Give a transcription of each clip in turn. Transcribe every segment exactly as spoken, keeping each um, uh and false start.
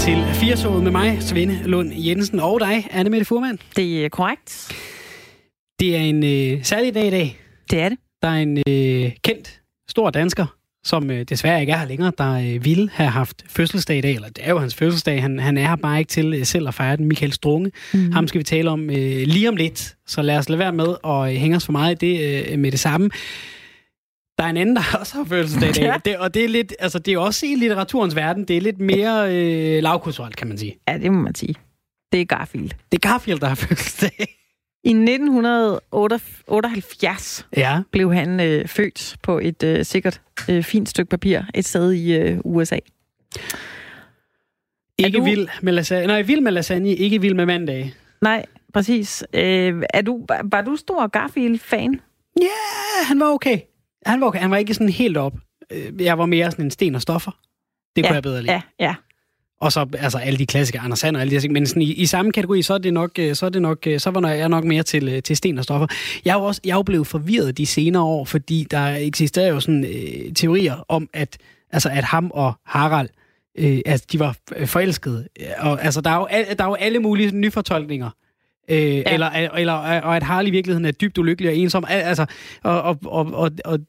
til firsået med mig, Svende Lund Jensen, og dig, Anne-Mette Fuhrmann. Det er korrekt. Det er en øh, særlig dag i dag. Det er det. Der er en øh, kendt, stor dansker, som øh, desværre ikke er her længere, der øh, ville have haft fødselsdag i dag, eller det er jo hans fødselsdag. Han, han er her bare ikke til øh, selv at fejre den. Michael Strunge. Mm. Ham skal vi tale om øh, lige om lidt, så lad os lade være med at øh, hænge os for meget i det øh, med det samme. Der er en anden, der også har fødselsdag i dag, ja. det, og det er lidt, altså det er også i litteraturens verden, det er lidt mere øh, lavkulturelt, kan man sige. Ja, det må man sige. Det er Garfield. Det er Garfield, der har fødselsdag. I nitten otteoghalvfjerds ja. blev han øh, født på et øh, sikkert øh, fint stykke papir et sted i øh, U S A. Ikke du... vild med lasagne. Nej, vild med lasagne, ikke vild med mandag. Nej, præcis. Øh, er du, var du stor Garfield-fan? Ja, yeah, han var okay. Han var okay. Han var ikke sådan helt op. Jeg var mere sådan en sten og stoffer. Det kunne ja, jeg bedre lide. Ja, ja. Og så altså alle de klassikere, Anders Sand og alle de ting. Men sådan, i, i samme kategori, så er det nok, så er det nok, så var jeg nok mere til, til sten og stoffer. Jeg er jo også, jeg er jo blevet forvirret de senere år, fordi der eksisterer jo sådan øh, teorier om, at, altså, at ham og Harald, øh, altså, de var forelskede. Og altså, der er jo, der er jo alle mulige nyfortolkninger. Øh, ja. eller, eller, og at Harald i virkeligheden er dybt ulykkelig og ensom. Altså, og, og, og, og, og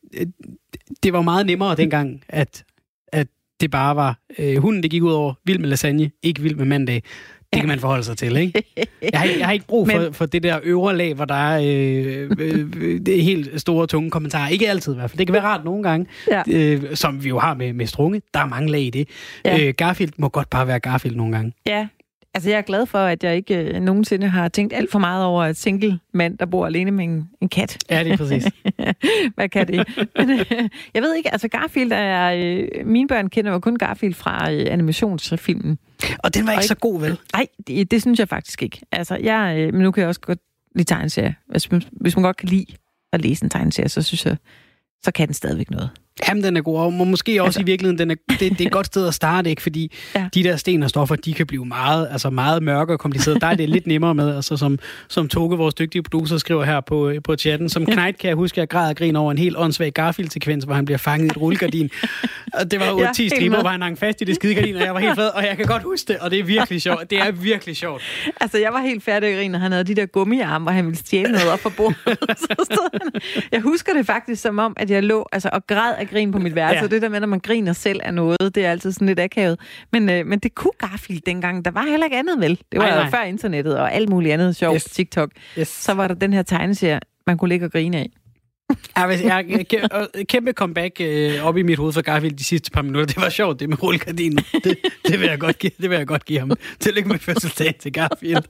det var meget nemmere dengang, at, at det bare var øh, hunden, det gik ud over vild med lasagne, ikke vild med mandag. Det ja. kan man forholde sig til, ikke? Jeg har, jeg har ikke brug for, Men... for det der øvre lag, hvor der er øh, øh, det er helt store, tunge kommentarer. Ikke altid i hvert fald. Det kan være rart nogle gange, ja. øh, som vi jo har med, med Strunge. Der er mange lag i det. Ja. Øh, Garfield må godt bare være Garfield nogle gange. Ja. Altså, jeg er glad for, at jeg ikke øh, nogensinde har tænkt alt for meget over et single mand, der bor alene med en, en kat. Ja, det er præcis. Hvad kan det? Men, øh, jeg ved ikke, altså Garfield er... Øh, mine børn kender jo kun Garfield fra øh, animationsfilmen. Og den var ikke, ikke så god, vel? Nej, det, det synes jeg faktisk ikke. Altså, jeg... Øh, men nu kan jeg også godt lide tegneserier. Hvis, hvis man godt kan lide at læse en tegneserie, så synes jeg, så kan den stadigvæk noget. Jamen, den er god, og måske også altså, i virkeligheden, den er, det, det er et godt sted at starte, ikke? Fordi ja. de der sten og stoffer, de kan blive meget, altså meget mørke og komplicerede. Der er det lidt nemmere med, altså som, som Toge, vores dygtige producer, skriver her på, på chatten. Som Knight kan jeg huske, at jeg græd og grin over en helt åndssvag Garfield-sekvens, hvor han bliver fanget i et rullegardin. Og det var jo ja, ti striber, hvor han hang fast i det skidegardin, og jeg var helt fed, og jeg kan godt huske det, og det er virkelig sjovt. Det er virkelig sjovt. Altså, jeg var helt færdig at grine, og han havde de der gummiarme, hvor han ville stjæle noget op på bordet. Så stod han. Jeg husker det faktisk som om, at jeg lå altså, og græd af grin på mit værelse. Ja. Det der med, når man griner selv af noget, det er altid sådan lidt akavet. Men, øh, men det kunne Garfield dengang. Der var heller ikke andet, vel? Det var nej, nej. jo før internettet og alt muligt andet sjovt, yes. TikTok. Yes. Så var der den her tegneserie, man kunne ligge og grine af. Jeg, jeg, kæmpe comeback øh, op i mit hoved for Garfield de sidste par minutter. Det var sjovt, det med rullegardinen. Det, det, vil jeg godt give, det vil jeg godt give ham. Tillykke med fødselsdagen til Garfield.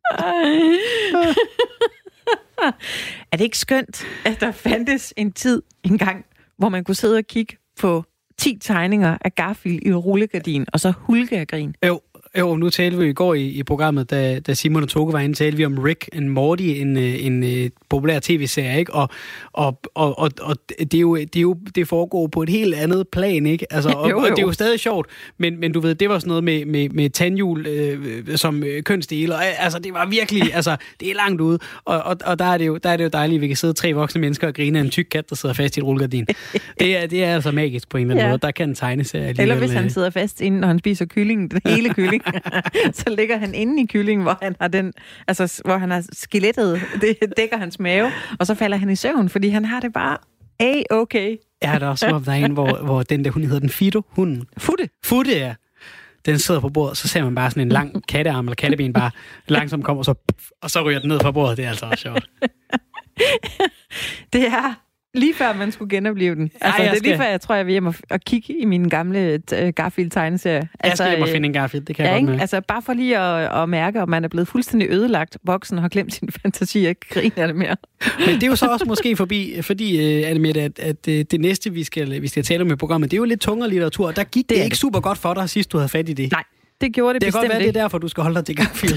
Er det ikke skønt, at der fandtes en tid engang, hvor man kunne sidde og kigge på ti tegninger af Garfield i rullegardin, og så hulke af grin? Jo, jo, nu talte vi i går i, i programmet, da, da Simon og Toge var inde, talte vi om Rick and Morty, en, en, en populær tv-serie, ikke? Og, og, og, og, og det, er jo, det, er jo, det foregår på et helt andet plan, ikke? Altså, og, jo, jo. og det er jo stadig sjovt, men, men du ved, det var sådan noget med, med, med tandhjul øh, som øh, kønsdel, og altså, det var virkelig, altså, det er langt ude, og, og, og der, er det jo, der er det jo dejligt, at vi kan sidde tre voksne mennesker og grine af en tyk kat, der sidder fast i et rullegardin. Det er, det er altså magisk på en eller anden ja. måde. Der kan en tegneserie alligevel. Eller hvis han sidder fast inden, når han spiser kylling, den hele kylling. Så ligger han inde i kyllingen, hvor han har den, altså hvor han har skelettet, det dækker hans mave, og så falder han i søvn, fordi han har det bare a-okay. Ja, der er også der er en, hvor, hvor den der hund hedder den Fido, hunden. Futte. Futte, ja. Den sidder på bordet, så ser man bare sådan en lang kattearm eller katteben bare langsomt kommer, og så, og så ryger den ned fra bordet. Det er altså også sjovt. Det er lige før man skulle genopleve den. Altså, Ej, det er skal... lige før, jeg tror, jeg vil hjem og, og kigge i min gamle uh, Garfield-tegneserie. Jeg altså, skal hjem og finde en Garfield, det kan ja, jeg godt med. Altså, bare for lige at, at mærke, om man er blevet fuldstændig ødelagt voksen og har glemt sin fantasi og ikke griner det mere. Men det er jo så også måske forbi, fordi, uh, Anne-Mette, at, at uh, det næste, vi skal, vi skal tale om i programmet, det er jo lidt tungere litteratur, og der gik det, det ikke super godt for dig, sidst du havde fat i det. Nej, det gjorde det, det bestemt ikke. Det kan godt være, det er derfor, du skal holde dig til Garfield.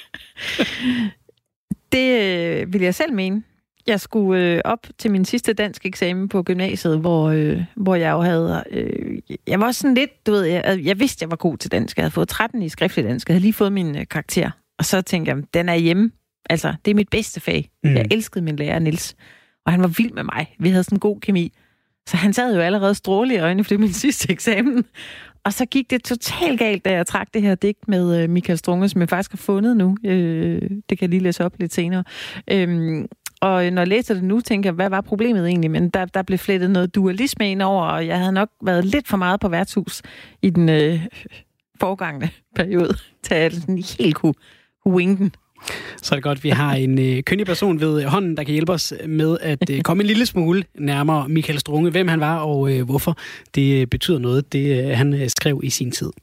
Det øh, vil jeg selv mene. Jeg skulle øh, op til min sidste dansk eksamen på gymnasiet, hvor, øh, hvor jeg jo havde... Øh, jeg var også sådan lidt, du ved, jeg, jeg vidste, jeg var god til dansk. Jeg havde fået tretten i skriftlig dansk. Jeg havde lige fået min øh, karakter. Og så tænkte jeg, den er hjemme. Altså, det er mit bedste fag. Mm. Jeg elskede min lærer, Niels. Og han var vild med mig. Vi havde sådan en god kemi. Så han sad jo allerede stråle i øjnene, for det er min sidste eksamen. Og så gik det totalt galt, da jeg trak det her digt med Michael Strunge, som jeg faktisk har fundet nu. Det kan jeg lige læse op lidt senere. Og når jeg læser det nu, tænker jeg, hvad var problemet egentlig? Men der, der blev flettet noget dualisme ind over, og jeg havde nok været lidt for meget på værtshus i den øh, foregående periode, til at jeg helt kunne, kunne winge den. Så er det godt, at vi har en øh, kønnig person ved hånden, der kan hjælpe os med at øh, komme en lille smule nærmere Michael Strunge, hvem han var og øh, hvorfor det øh, betyder noget, det øh, han øh, skrev i sin tid.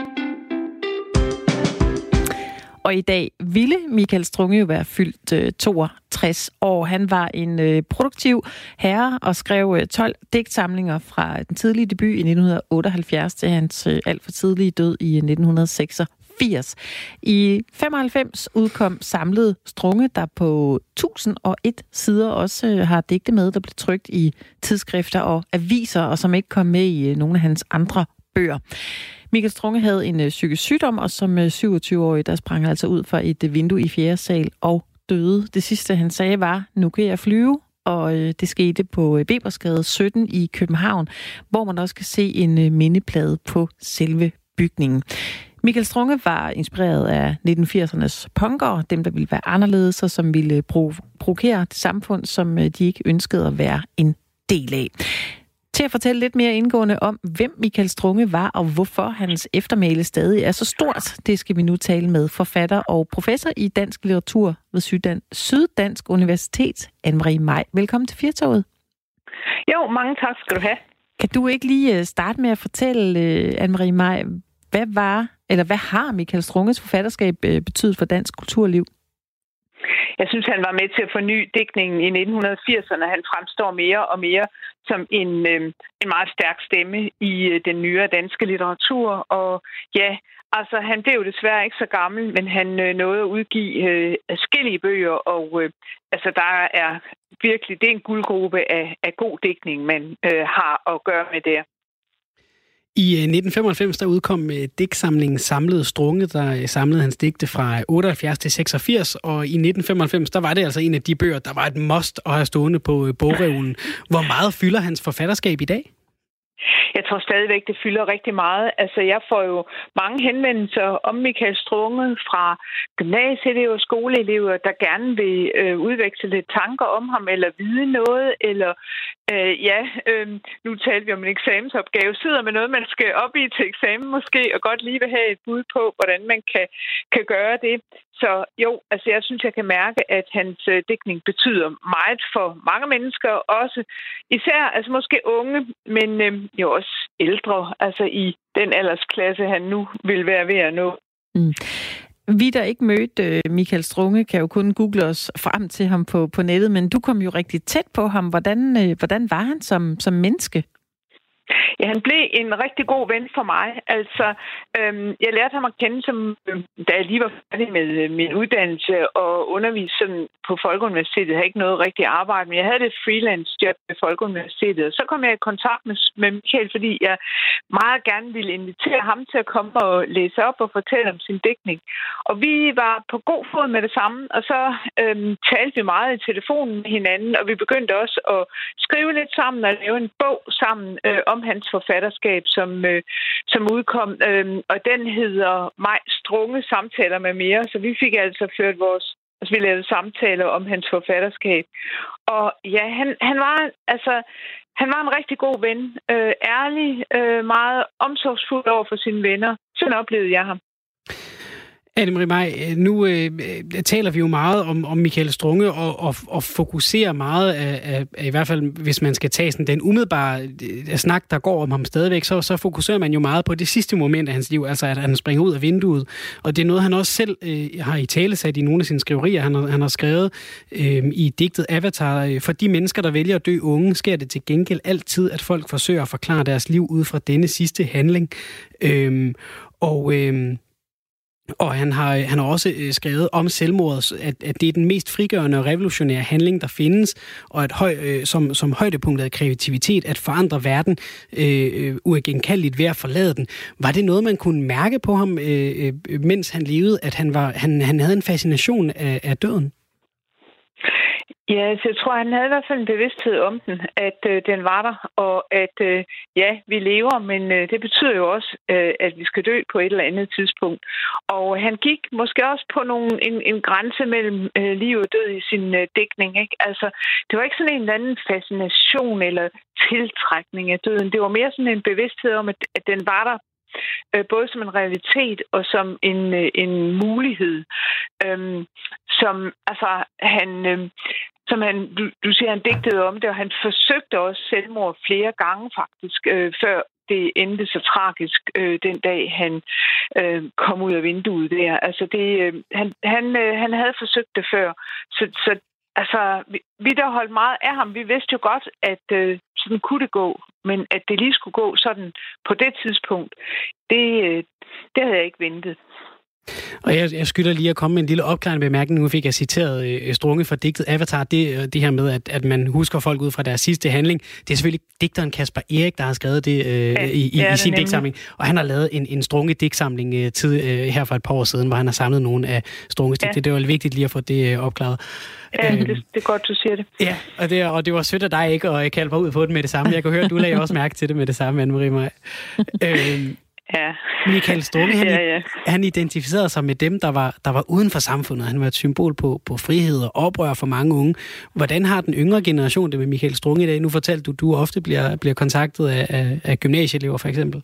Og i dag ville Michael Strunge jo være fyldt øh, toogtres år. Han var en øh, produktiv herre og skrev øh, tolv digtsamlinger fra den tidlige debut i nitten otteoghalvfjerds til hans øh, alt for tidlige død i nitten seksogfirs. I femoghalvfems udkom samlet Strunge, der på tusind og et sider også øh, har digte med, der blev trykt i tidsskrifter og aviser, og som ikke kom med i øh, nogle af hans andre bøger. Michael Strunge havde en øh, psykisk sygdom, og som øh, syvogtyve-årig, der sprang han altså ud fra et øh, vindue i fjerde sal og døde. Det sidste, han sagde, var, nu kan jeg flyve, og øh, det skete på øh, Webersgade sytten i København, hvor man også kan se en øh, mindeplade på selve bygningen. Michael Strunge var inspireret af nitten firsernes punkere, dem der ville være anderledes, og som ville provo- provokere det samfund, som øh, de ikke ønskede at være en del af. Til at fortælle lidt mere indgående om, hvem Michael Strunge var, og hvorfor hans eftermæle stadig er så stort, det skal vi nu tale med forfatter og professor i dansk litteratur ved Syddan- Syddansk Universitet, Anne-Marie Maj. Velkommen til Firtoget. Jo, mange tak skal du have. Kan du ikke lige starte med at fortælle, Anne-Marie Maj, hvad var, eller hvad har Michael Strunges forfatterskab betydet for dansk kulturliv? Jeg synes, han var med til at forny digtningen i nitten firserne. Han fremstår mere og mere som en, øh, en meget stærk stemme i øh, den nyere danske litteratur. Og ja, altså han blev jo desværre ikke så gammel, men han øh, nåede at udgive øh, adskillige bøger. Og øh, altså der er virkelig, det er en guldgruppe af, af god digtning, man øh, har at gøre med der. I nitten femoghalvfems der udkom digtsamlingen Samlede Strunge, der samlede hans digte fra otteoghalvfjerds til seksogfirs, og i nitten femoghalvfems der var det altså en af de bøger, der var et must at have stående på bogreolen. Hvor meget fylder hans forfatterskab i dag? Jeg tror stadigvæk, det fylder rigtig meget. Altså, jeg får jo mange henvendelser om Michael Strunge fra gymnasieelever og skoleelever, der gerne vil øh, udveksle lidt tanker om ham, eller vide noget, eller øh, ja, øh, nu taler vi om en eksamensopgave, sidder med noget, man skal op i til eksamen måske, og godt lige vil have et bud på, hvordan man kan, kan gøre det. Så jo, altså jeg synes, jeg kan mærke, at hans øh, digtning betyder meget for mange mennesker, også især altså måske unge, men øh, jo også ældre, altså i den aldersklasse, han nu vil være ved at nå. Mm. Vi, der ikke mødte øh, Michael Strunge, kan jo kun google os frem til ham på, på nettet, men du kom jo rigtig tæt på ham. Hvordan, øh, hvordan var han som, som menneske? Ja, han blev en rigtig god ven for mig. Altså, øhm, jeg lærte ham at kende, som, øh, da jeg lige var færdig med øh, min uddannelse og underviste sådan, på Folkeuniversitetet. Jeg havde ikke noget rigtigt arbejde, men jeg havde et freelance job ved Folkeuniversitetet. Og så kom jeg i kontakt med, med Michael, fordi jeg meget gerne ville invitere ham til at komme og læse op og fortælle om sin digtning. Og vi var på god fod med det samme, og så øhm, talte vi meget i telefonen med hinanden, og vi begyndte også at skrive lidt sammen og lave en bog sammen øh, om hans forfatterskab, som, øh, som udkom, øh, og den hedder Maj Strunge Samtaler med mere, så vi fik altså ført vores, altså vi lavede samtaler om hans forfatterskab. Og ja, han, han var altså, han var en rigtig god ven, øh, ærlig, øh, meget omsorgsfuld over for sine venner. Sådan oplevede jeg ham. Anne-Marie Maj, nu øh, taler vi jo meget om, om Michael Strunge og, og, og fokuserer meget af, af, af, i hvert fald hvis man skal tage sådan den umiddelbare øh, snak, der går om ham stadigvæk, så, så fokuserer man jo meget på det sidste moment af hans liv, altså at han springer ud af vinduet. Og det er noget, han også selv øh, har i talesat i nogle af sine skriverier. Han har, han har skrevet øh, i digtet Avatar, øh, for de mennesker, der vælger at dø unge, sker det til gengæld altid, at folk forsøger at forklare deres liv ud fra denne sidste handling. Øh, og... Øh, Og han har, han har også skrevet om selvmordet, at, at det er den mest frigørende og revolutionære handling, der findes, og at høj, øh, som, som højdepunktet af kreativitet, at forandre verden øh, uigenkaldeligt ved at forlade den. Var det noget, man kunne mærke på ham, øh, mens han levede, at han, var, han, han havde en fascination af, af døden? Ja, så jeg tror, han havde i hvert fald en bevidsthed om den, at øh, den var der, og at øh, ja, vi lever, men øh, det betyder jo også, øh, at vi skal dø på et eller andet tidspunkt. Og han gik måske også på nogle, en, en grænse mellem øh, liv og død i sin øh, digtning, ikke? Altså, det var ikke sådan en eller anden fascination eller tiltrækning af døden. Det var mere sådan en bevidsthed om, at, at den var der, både som en realitet og som en, en mulighed. Øhm, som, altså, han, øhm, som han, du, du siger, han digtede om det, og han forsøgte også selvmord flere gange faktisk, øh, før det endte så tragisk øh, den dag, han øh, kom ud af vinduet der. Altså, det, øh, han, han, øh, han havde forsøgt det før, så, så altså, vi, vi der holdt meget af ham, vi vidste jo godt, at øh, sådan kunne det gå, men at det lige skulle gå sådan på det tidspunkt, det, øh, det havde jeg ikke ventet. Og jeg, jeg skylder lige at komme med en lille opklarende bemærkning. Nu fik jeg citeret øh, Strunge fra digtet Avatar. Det, det her med, at, at man husker folk ud fra deres sidste handling. Det er selvfølgelig digteren Kasper Erik, der har skrevet det øh, ja, i, i, i sin digtsamling. Og han har lavet en, en Strunge digtsamling øh, tid, øh, her for et par år siden, hvor han har samlet nogle af Strunges digte. Ja. Det var vigtigt lige at få det øh, opklaret. Ja, øhm, det, det er godt, du siger det. Ja, og det, og det var sødt af dig ikke at kalde mig ud på det med det samme. Jeg kan høre, at du lagde også mærke til det med det samme, Anne-Marie Maj. øhm, Ja. Michael Strunge, han, ja, ja. han identificerede sig med dem, der var, der var uden for samfundet. Han var et symbol på, på frihed og oprør for mange unge. Hvordan har den yngre generation det med Michael Strunge i dag? Nu fortalte du, du ofte bliver, bliver kontaktet af, af, af gymnasieelever, for eksempel.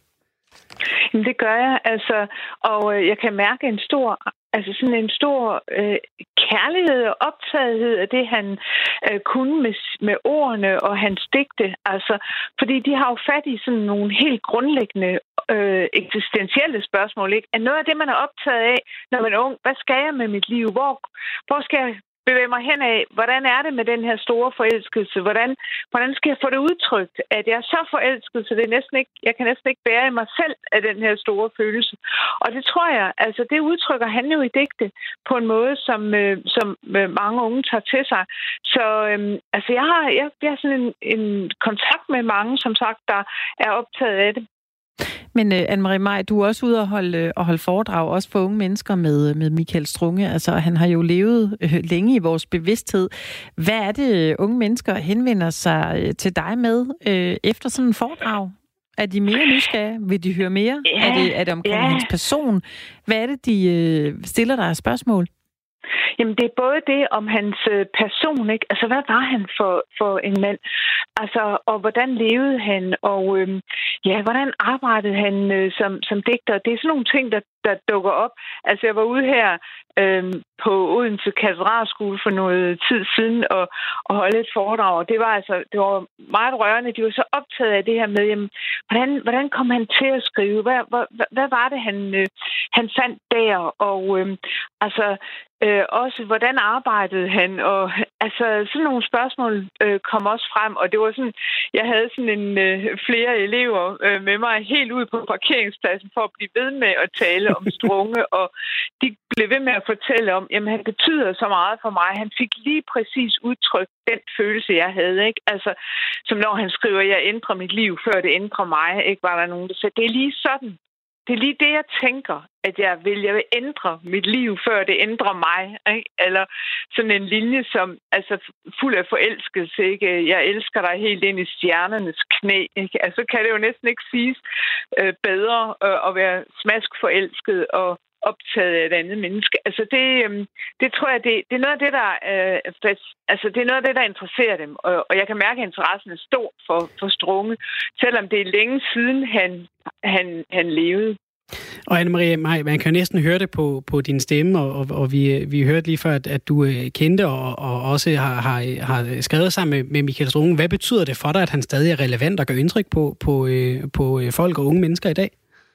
Jamen, det gør jeg, altså, og øh, jeg kan mærke en stor, altså sådan en stor øh, kærlighed og optagethed af det, han øh, kunne med, med ordene og hans digte, altså, fordi de har jo fat i sådan nogle helt grundlæggende øh, eksistentielle spørgsmål, ikke? Er noget af det, man er optaget af, når man er ung, hvad skal jeg med mit liv? Hvor, hvor skal jeg bevæge mig hen af? Hvordan er det med den her store forelskelse? Hvordan, hvordan skal jeg få det udtrykt, at jeg er så forelsket, så det er næsten ikke, jeg kan næsten ikke bære i mig selv af den her store følelse. Og det tror jeg, altså det udtrykker han jo i digte på en måde, som, øh, som øh, mange unge tager til sig. Så øh, altså jeg har, jeg, jeg har sådan en, en kontakt med mange, som sagt, der er optaget af det. Men uh, Anne-Marie Maj, du er også ude og holde, og holde foredrag, også for unge mennesker med, med Michael Strunge. Altså, han har jo levet øh, længe i vores bevidsthed. Hvad er det, unge mennesker henvender sig øh, til dig med øh, efter sådan en foredrag? Er de mere nysgerrige? Vil de høre mere? Ja, er, det, er det omkring ja. hans person? Hvad er det, de øh, stiller dig af spørgsmål? Jamen, det er både det om hans person, ikke? Altså, hvad var han for, for en mand? Altså, og hvordan levede han? Og øhm, ja, hvordan arbejdede han øh, som, som digter? Det er sådan nogle ting, der, der dukker op. Altså, jeg var ude her øhm, på Odense Katedralskole for noget tid siden og, og holde et foredrag. Og det var altså, det var meget rørende. De var så optaget af det her med, jamen, hvordan, hvordan kom han til at skrive? Hvad, hvad, hvad var det, han, øh, han fandt der? Og øhm, altså, Øh, også, hvordan arbejdede han? Og altså, sådan nogle spørgsmål øh, kom også frem, og det var sådan, jeg havde sådan en øh, flere elever øh, med mig helt ud på parkeringspladsen for at blive ved med at tale om Strunge, og de blev ved med at fortælle om, jamen han betyder så meget for mig. Han fik lige præcis udtrykt den følelse, jeg havde, ikke? Altså, som når han skriver, jeg ændrer mit liv, før det ændrer mig, ikke? Var der nogen, der sagde, det er lige sådan. Det er lige det, jeg tænker, at jeg vil. Jeg vil ændre mit liv, før det ændrer mig. Ikke? Eller sådan en linje, som altså fuld af forelskelse. Ikke? Jeg elsker dig helt ind i stjernernes knæ. Ikke? Altså kan det jo næsten ikke siges øh, bedre øh, at være smask forelsket og optaget af et andet menneske. Altså det, øh, det tror jeg, det, det er noget af det, der øh, altså det er noget af det, der interesserer dem. Og, og jeg kan mærke, at interessen er stor for, for Strunge, selvom det er længe siden, han, han, han levede. Og Anne-Marie Maj, man kan jo næsten høre det på, på din stemme, og, og, og vi, vi hørte lige før, at, at du kendte og, og også har, har, har skrevet sammen med, med Michael Strunge. Hvad betyder det for dig, at han stadig er relevant og gør indtryk på, på, på folk og unge mennesker i dag?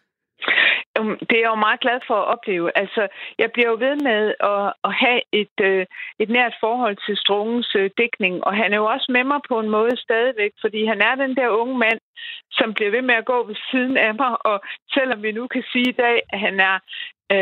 Det er jeg jo meget glad for at opleve. Altså, jeg bliver jo ved med at, at have et, et nært forhold til Strunges digtning, og han er jo også med mig på en måde stadigvæk, fordi han er den der unge mand, som bliver ved med at gå ved siden af mig, og selvom vi nu kan sige i dag, at han er øh,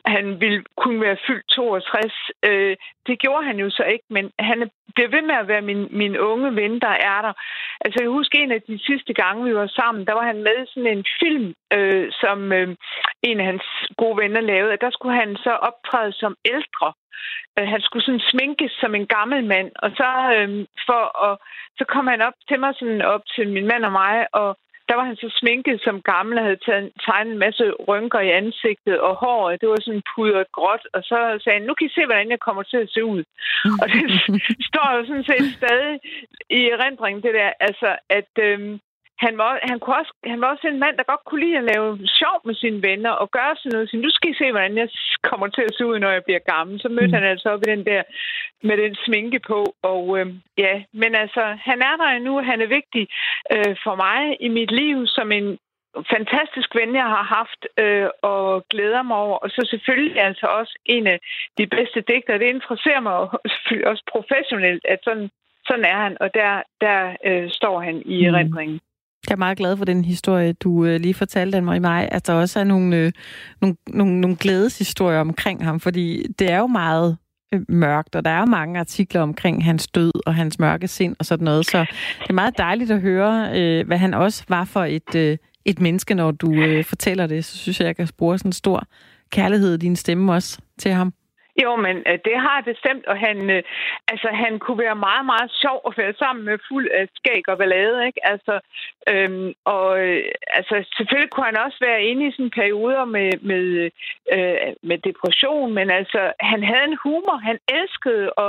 han ville kunne være fyldt toogtres. Øh, det gjorde han jo så ikke, men han blev ved med at være min, min unge ven, der er der. Altså, jeg husker en af de sidste gange, vi var sammen, der var han med i sådan en film, øh, som øh, en af hans gode venner lavede, og der skulle han så optræde som ældre. Øh, han skulle sådan sminkes som en gammel mand, og så, øh, for at, så kom han op til mig, sådan op til min mand og mig, og der var han så sminket som gammel og havde taget, tegnet en masse rynker i ansigtet, og håret, det var sådan pudret gråt, og så sagde han, nu kan I se, hvordan jeg kommer til at se ud. Og det står jo sådan set stadig i erindringen, det der, altså, at øhm, han, var, han, kunne også, han var også en mand, der godt kunne lide at lave sjov med sine venner, og gøre sådan noget, så nu skal I se, hvordan jeg kommer til at se ud, når jeg bliver gammel. Så mødte mm. han altså op i den der, med den sminke på, og øh, ja, men altså, han er der endnu, han er vigtig øh, for mig i mit liv, som en fantastisk ven, jeg har haft, øh, og glæder mig over, og så selvfølgelig altså også en af de bedste digtere. Det interesserer mig selvfølgelig også professionelt, at sådan, sådan er han, og der, der øh, står han i erindringen. Jeg er meget glad for den historie, du øh, lige fortalte, Anne-Marie Maj, at der også er nogle, øh, nogle, nogle, nogle glædeshistorier omkring ham, fordi det er jo meget øh, mørkt, og der er jo mange artikler omkring hans død og hans mørke sind og sådan noget, så det er meget dejligt at høre, øh, hvad han også var for et, øh, et menneske, når du øh, fortæller det. Så synes jeg, jeg kan spore sådan en stor kærlighed i din stemme også til ham. Jo, men øh, det har det stemt, og han, øh, altså, han kunne være meget, meget sjov at være sammen med fuld af skæg og ballade, ikke? Altså, øhm, og øh, altså, selvfølgelig kunne han også være inde i sådan perioder med, med, øh, med depression, men altså, han havde en humor. Han elskede at,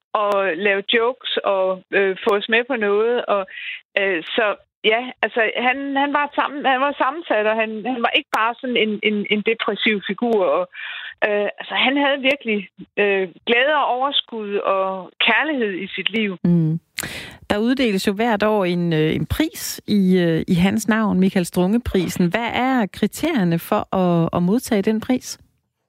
at lave jokes og øh, få os med på noget, og øh, så ja, altså han, han, var sammen, han var sammensat, og han, han var ikke bare sådan en, en, en depressiv figur. Og, øh, altså, han havde virkelig øh, glæde og overskud og kærlighed i sit liv. Mm. Der uddeles jo hvert år en, en pris i, i hans navn, Michael Strunge-prisen. Hvad er kriterierne for at, at modtage den pris?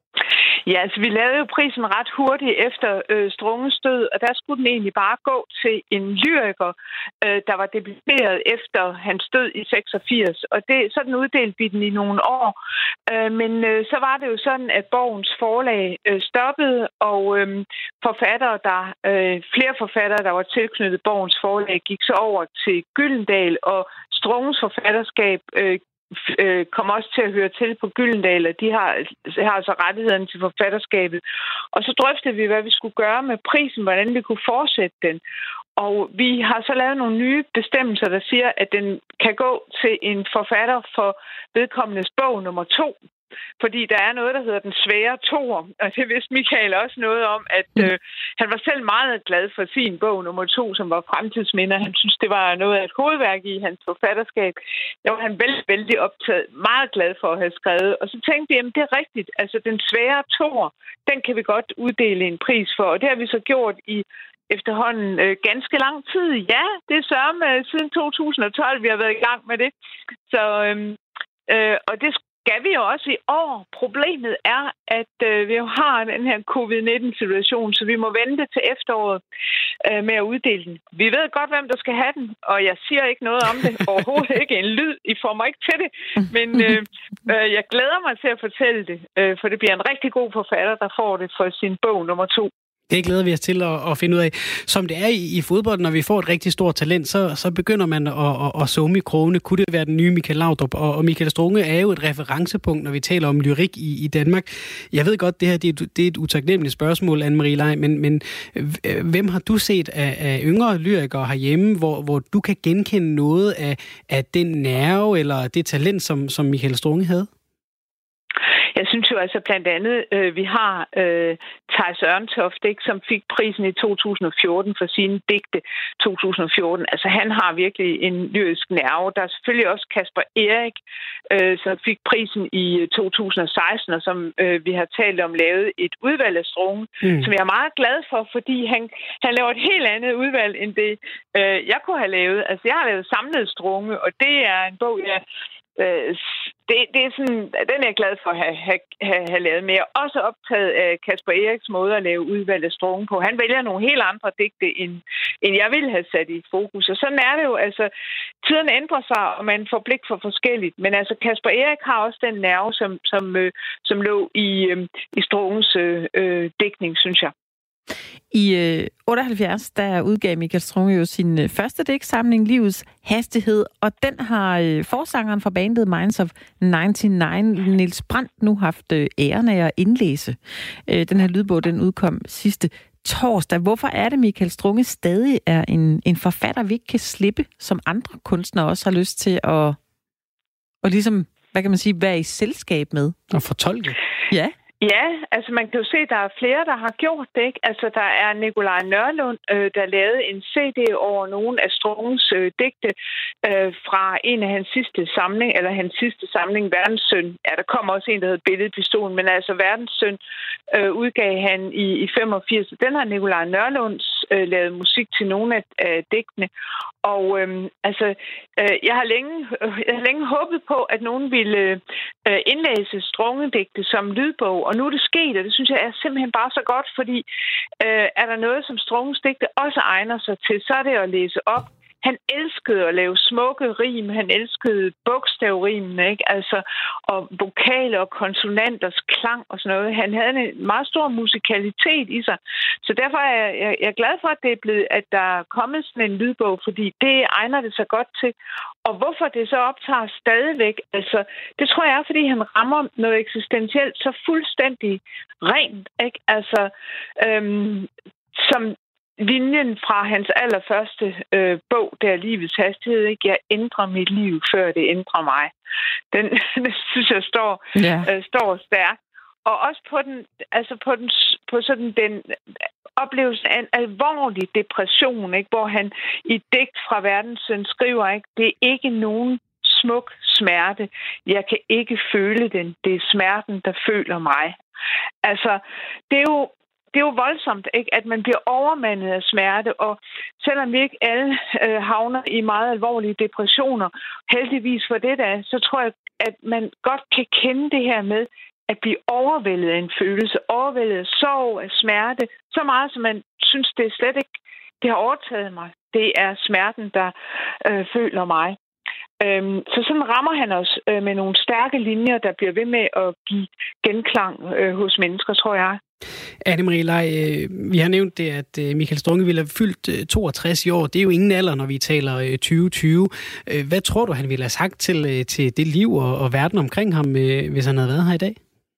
Ja, altså vi lavede jo prisen ret hurtigt efter øh, Strunges død, og der skulle den egentlig bare gå til en lyriker, øh, der var debuteret efter hans død i seksogfirs. Og det, sådan uddelte vi den i nogle år. Øh, men øh, så var det jo sådan, at Borgens forlag øh, stoppede, og øh, forfattere, der, øh, flere forfattere, der var tilknyttet Borgens forlag, gik så over til Gyldendal, og Strunges forfatterskab øh, kom også til at høre til på Gyldendal, og de har, har altså rettighederne til forfatterskabet. Og så drøftede vi, hvad vi skulle gøre med prisen, hvordan vi kunne fortsætte den. Og vi har så lavet nogle nye bestemmelser, der siger, at den kan gå til en forfatter for vedkommendes bog nummer to. Fordi der er noget, der hedder den svære toer, og det vidste Michael også noget om, at øh, han var selv meget glad for sin bog nummer to, som var Fremtidsminder. Han synes, det var noget af et hovedværk i hans forfatterskab. Der var han vældig, vældig optaget, meget glad for at have skrevet. Og så tænkte vi, jamen det er rigtigt, altså den svære toer, den kan vi godt uddele en pris for, og det har vi så gjort i efterhånden øh, ganske lang tid. Ja, det er sørme siden to tusind og tolv, vi har været i gang med det. Så, øh, øh, og det skal vi jo også i år. Problemet er, at øh, vi jo har den her covid nitten-situation, så vi må vente til efteråret øh, med at uddele den. Vi ved godt, hvem der skal have den, og jeg siger ikke noget om det. Overhovedet ikke en lyd. I får mig ikke til det. Men øh, øh, jeg glæder mig til at fortælle det, øh, for det bliver en rigtig god forfatter, der får det for sin bog nummer to. Det glæder vi os til at, at finde ud af. Som det er i, i fodbold, når vi får et rigtig stort talent, så, så begynder man at, at, at summe i krogene. Kunne det være den nye Michael Laudrup? Og, og Michael Strunge er jo et referencepunkt, når vi taler om lyrik i, i Danmark. Jeg ved godt, det her det er, det er et utaknemmeligt spørgsmål, Anne-Marie Lej, men, men hvem har du set af, af yngre lyrikere herhjemme, hvor, hvor du kan genkende noget af, af den nerve eller det talent, som, som Michael Strunge havde? Jeg synes jo altså blandt andet, øh, vi har øh, Theis Ørntoft, ikke, som fik prisen i to tusind og fjorten for sine digte to tusind og fjorten. Altså han har virkelig en lyrisk nerve. Der er selvfølgelig også Kasper Erik, øh, som fik prisen i to tusind og seksten, og som øh, vi har talt om lavet et udvalg af Strunge, mm. som jeg er meget glad for, fordi han, han laver et helt andet udvalg end det, øh, jeg kunne have lavet. Altså jeg har lavet samlet Strunge, og det er en bog, jeg øh, det, det er sådan, den er jeg glad for at have, have, have, have lavet mere. Også optaget af Kasper Eriks måde at lave udvalg af Strunge på. Han vælger nogle helt andre digte, end, end jeg ville have sat i fokus. Og sådan er det jo. Altså, tiden ændrer sig, og man får blik for forskelligt. Men altså, Kasper Erik har også den nerve, som, som, øh, som lå i, øh, i Strunges øh, digtning, synes jeg. I øh, otteoghalvfjerds, der udgav Michael Strunge jo sin øh, første digtsamling, Livets Hastighed, og den har øh, forsangeren fra bandet Minds of nioghalvfems, Niels Brandt, nu haft øh, æren af at indlæse. Øh, den her lydbog, den udkom sidste torsdag. Hvorfor er det, Michael Strunge stadig er en, en forfatter, vi ikke kan slippe, som andre kunstnere også har lyst til at, at ligesom, hvad kan man sige, være i selskab med? Og fortolke. Ja. Ja, altså man kan jo se, at der er flere, der har gjort det, ikke? Altså der er Nikolaj Nørlund, øh, der lavede en C D over nogle af Strunges øh, digte øh, fra en af hans sidste samling, eller hans sidste samling, Verdenssøn. Ja, der kommer også en, der hedder Billedpistolen, men altså Verdenssøn øh, udgav han i, i femogfirs. Den har Nikolaj Nørlund øh, lavet musik til nogle af øh, digtene. Og øh, altså, øh, jeg, har længe, øh, jeg har længe håbet på, at nogen ville øh, indlæse Strunge-digte som lydbog. Og nu er det sket, og det synes jeg er simpelthen bare så godt, fordi øh, er der noget, som Strunges digte også egner sig til, så er det at læse op. Han elskede at lave smukke rim, han elskede bogstavrimene, ikke? Altså, og vokaler og konsonanters klang og sådan noget. Han havde en meget stor musikalitet i sig. Så derfor er jeg, jeg, jeg er glad for, at det er blevet, at der er kommet sådan en lydbog, fordi det egner det så godt til. Og hvorfor det så optager stadigvæk, altså, det tror jeg er, fordi han rammer noget eksistentielt så fuldstændig rent, ikke? Altså, øhm, som linjen fra hans allerførste øh, bog, der er Livets Hastighed, ikke? Jeg ændrer mit liv, før det ændrer mig. Den, den synes jeg står, yeah. øh, står stærkt. Og også på den, altså på den, på sådan den oplevelse af en alvorlig depression, ikke? Hvor han i digt fra Verdenssøn skriver, ikke? Det er ikke nogen smuk smerte. Jeg kan ikke føle den. Det er smerten, der føler mig. Altså, det er jo Det er jo voldsomt, ikke, at man bliver overmandet af smerte, og selvom vi ikke alle øh, havner i meget alvorlige depressioner, heldigvis for det da, så tror jeg, at man godt kan kende det her med at blive overvældet af en følelse, overvældet af sorg, af smerte, så meget, som man synes, det er slet ikke, det har overtaget mig. Det er smerten, der øh, føler mig. Øhm, så sådan rammer han os øh, med nogle stærke linjer, der bliver ved med at give genklang øh, hos mennesker, tror jeg. Anne-Marie Lej, øh, vi har nævnt det, at øh, Michael Strunge ville have fyldt øh, toogtres i år. Det er jo ingen alder, når vi taler øh, tyve tyve. Øh, hvad tror du, han ville have sagt til, øh, til det liv og, og verden omkring ham, øh, hvis han havde været her i dag?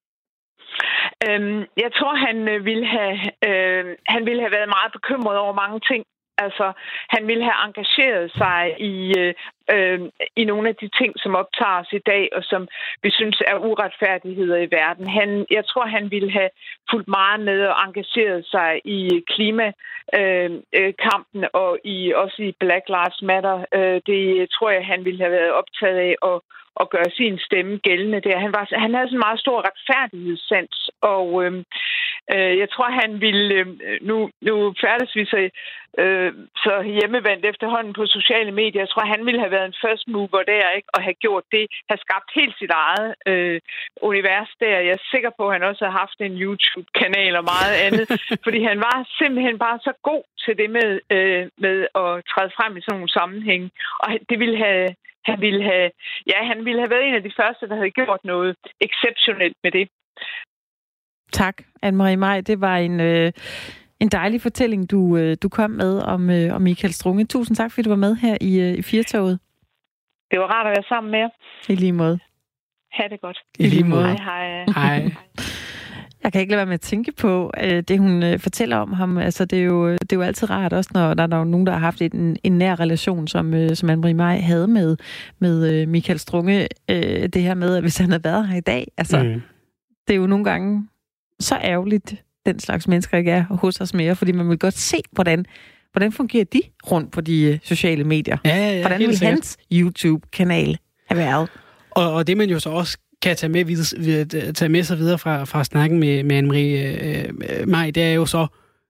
Øhm, jeg tror, han øh, ville have øh, han ville have været meget bekymret over mange ting. Altså, han ville have engageret sig i, øh, øh, i nogle af de ting, som optager os i dag, og som vi synes er uretfærdigheder i verden. Han, jeg tror, han ville have fulgt meget med og engageret sig i klimakampen øh, og i, også i Black Lives Matter. Øh, det tror jeg, han ville have været optaget af at, at gøre sin stemme gældende der. Han, var, han havde sådan en meget stor retfærdighedssans, og øh, øh, jeg tror, han ville... Øh, nu, nu færdes vi så... Øh, så hjemmevandt efterhånden på sociale medier. Jeg tror, han ville have været en first mover der, ikke? Og have gjort det, have skabt helt sit eget øh, univers der. Jeg er sikker på, at han også har haft en YouTube-kanal og meget andet, fordi han var simpelthen bare så god til det med, øh, med at træde frem i sådan nogle sammenhænge. Og det ville have, han ville have, ja, han ville have været en af de første, der havde gjort noget exceptionelt med det. Tak, Anne-Marie Maj. Det var en... Øh En dejlig fortælling, du, du kom med om, om Michael Strunge. Tusind tak, fordi du var med her i, i Firtoget. Det var rart at være sammen med jer. I lige måde. Ha' det godt. I lige måde. Hej, hej. Hej. Jeg kan ikke lade være med at tænke på det, hun fortæller om ham. Altså, det er jo, det er jo altid rart, også når der er nogen, der har haft en, en nær relation, som, som Anne-Marie Maj havde med, med Michael Strunge. Det her med, at hvis han havde været her i dag, altså, mm. det er jo nogle gange så ærgerligt, den slags mennesker ikke er hos os mere, fordi man vil godt se, hvordan, hvordan fungerer de rundt på de sociale medier. Ja, ja, ja, hvordan vil sikkert hans YouTube-kanal have været? Og, og det man jo så også kan tage med, videre, tage med sig videre fra, fra snakken med, med Anne-Marie øh, Maj, det er jo så,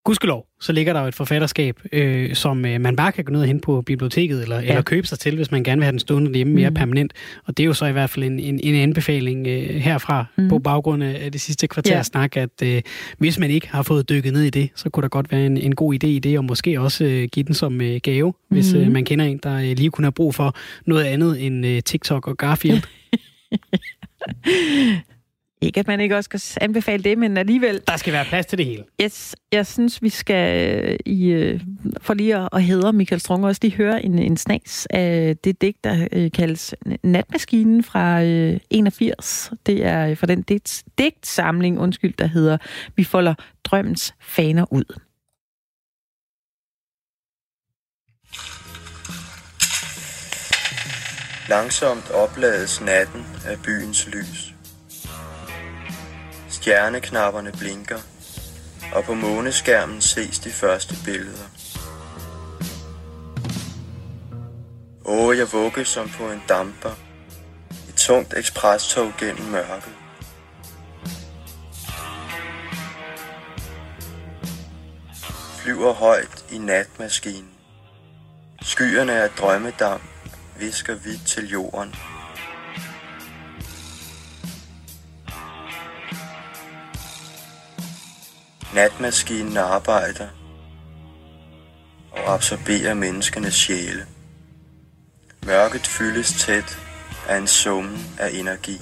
gudskelov, så ligger der jo et forfatterskab, øh, som øh, man bare kan gå ned og hente på biblioteket, eller, ja. eller købe sig til, hvis man gerne vil have den stående hjemme mere mm. permanent. Og det er jo så i hvert fald en, en, en anbefaling øh, herfra, mm. på baggrund af det sidste kvarter ja. snak, at øh, hvis man ikke har fået dykket ned i det, så kunne der godt være en, en god idé i det, og måske også øh, give den som øh, gave, hvis øh, man kender en, der øh, lige kunne have brug for noget andet end øh, TikTok og Garfield. Ikke, at man ikke også skal anbefale det, men alligevel... Der skal være plads til det hele. Yes, jeg synes, vi skal, i, for lige at, at hædre Michael Strunge, også lige høre en, en snas af det digt, der øh, kaldes Natmaskinen fra øh, enogfirs. Det er fra den digt, digtsamling, undskyld, der hedder Vi folder drømmens faner ud. Langsomt oplades natten af byens lys. Stjerneknapperne blinker, og på måneskærmen ses de første billeder. Åh, jeg vugge som på en damper, et tungt eksprestog gennem mørket. Flyver højt i natmaskinen. Skyerne af drømmedam visker vidt til jorden. Natmaskinen arbejder og absorberer menneskenes sjæle. Mørket fyldes tæt af en summen af energi.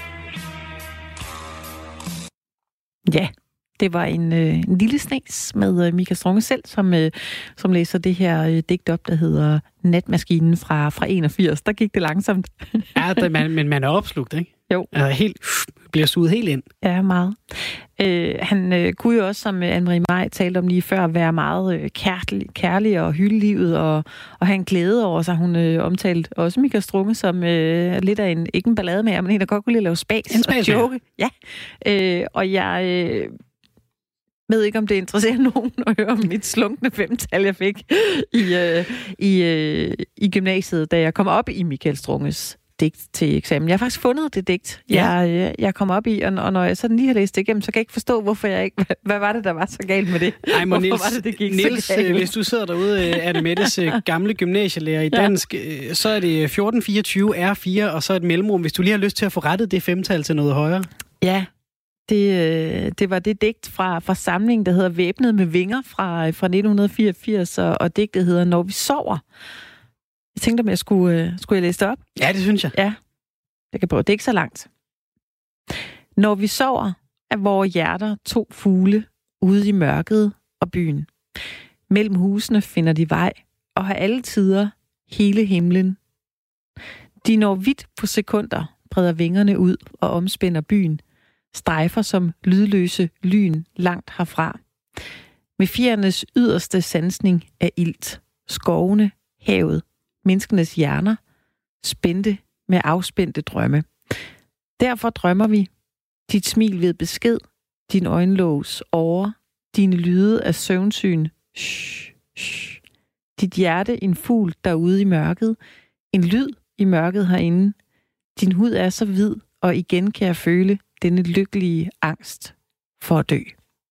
Ja, det var en, øh, en lille snes med øh, Michael Strunge selv, som, øh, som læser det her øh, digt op, der hedder Natmaskinen fra, fra enogfirs. Der gik det langsomt. Ja, det, man, men man er opslugt, ikke? Jo. Altså, helt, bliver suget helt ind. Ja, meget. Øh, han øh, kunne jo også, som Anne-Marie Maj talte om lige før, være meget øh, kærlig, kærlig og hylde livet og, og have en glæde over sig. Hun øh, omtalte også Michael Strunge som øh, lidt af en, ikke en ballade men en, der godt kunne lide at lave spas og joke. Ja. Øh, og jeg... Øh, ved ikke, om det interesserer nogen at høre om mit slunkne femtal, jeg fik i, øh, i, øh, i gymnasiet, da jeg kom op i Michael Strunges digt til eksamen. Jeg har faktisk fundet det digt, ja. jeg, øh, jeg kom op i, og, og når jeg sådan lige har læst det igennem, så kan jeg ikke forstå, hvorfor jeg ikke... Hvad, hvad var det, der var så galt med det? Ej, hvorfor Niels, var det, det gik Niels, så galt? Hvis du sidder derude, Anne Mettes gamle gymnasielærer i dansk, ja. så er det fjorten fireogtyve R fire, og så et mellemrum, hvis du lige har lyst til at få rettet det femtal til noget højere. Ja. Det, det var det digt fra, fra samlingen, der hedder Væbnet med vinger fra, fra nitten fireogfirs, og, og digtet hedder Når vi sover. Jeg tænkte, om jeg skulle, skulle jeg læse det op? Ja, det synes jeg. Ja, det kan prøve. Det er ikke så langt. Når vi sover, er vores hjerter to fugle ude i mørket og byen. Mellem husene finder de vej, og har alle tider hele himlen. De når vidt på sekunder, breder vingerne ud og omspænder byen. Strejfer som lydløse lyn langt herfra. Med fjernes yderste sansning af ilt, skovene, havet, menneskenes hjerner, spændte med afspændte drømme. Derfor drømmer vi. Dit smil ved besked, din øjenlågs over, dine lyde af søvnsyn. Shh, shh. Dit hjerte en fugl derude i mørket, en lyd i mørket herinde. Din hud er så hvid, og igen kan jeg føle denne lykkelige angst for at dø.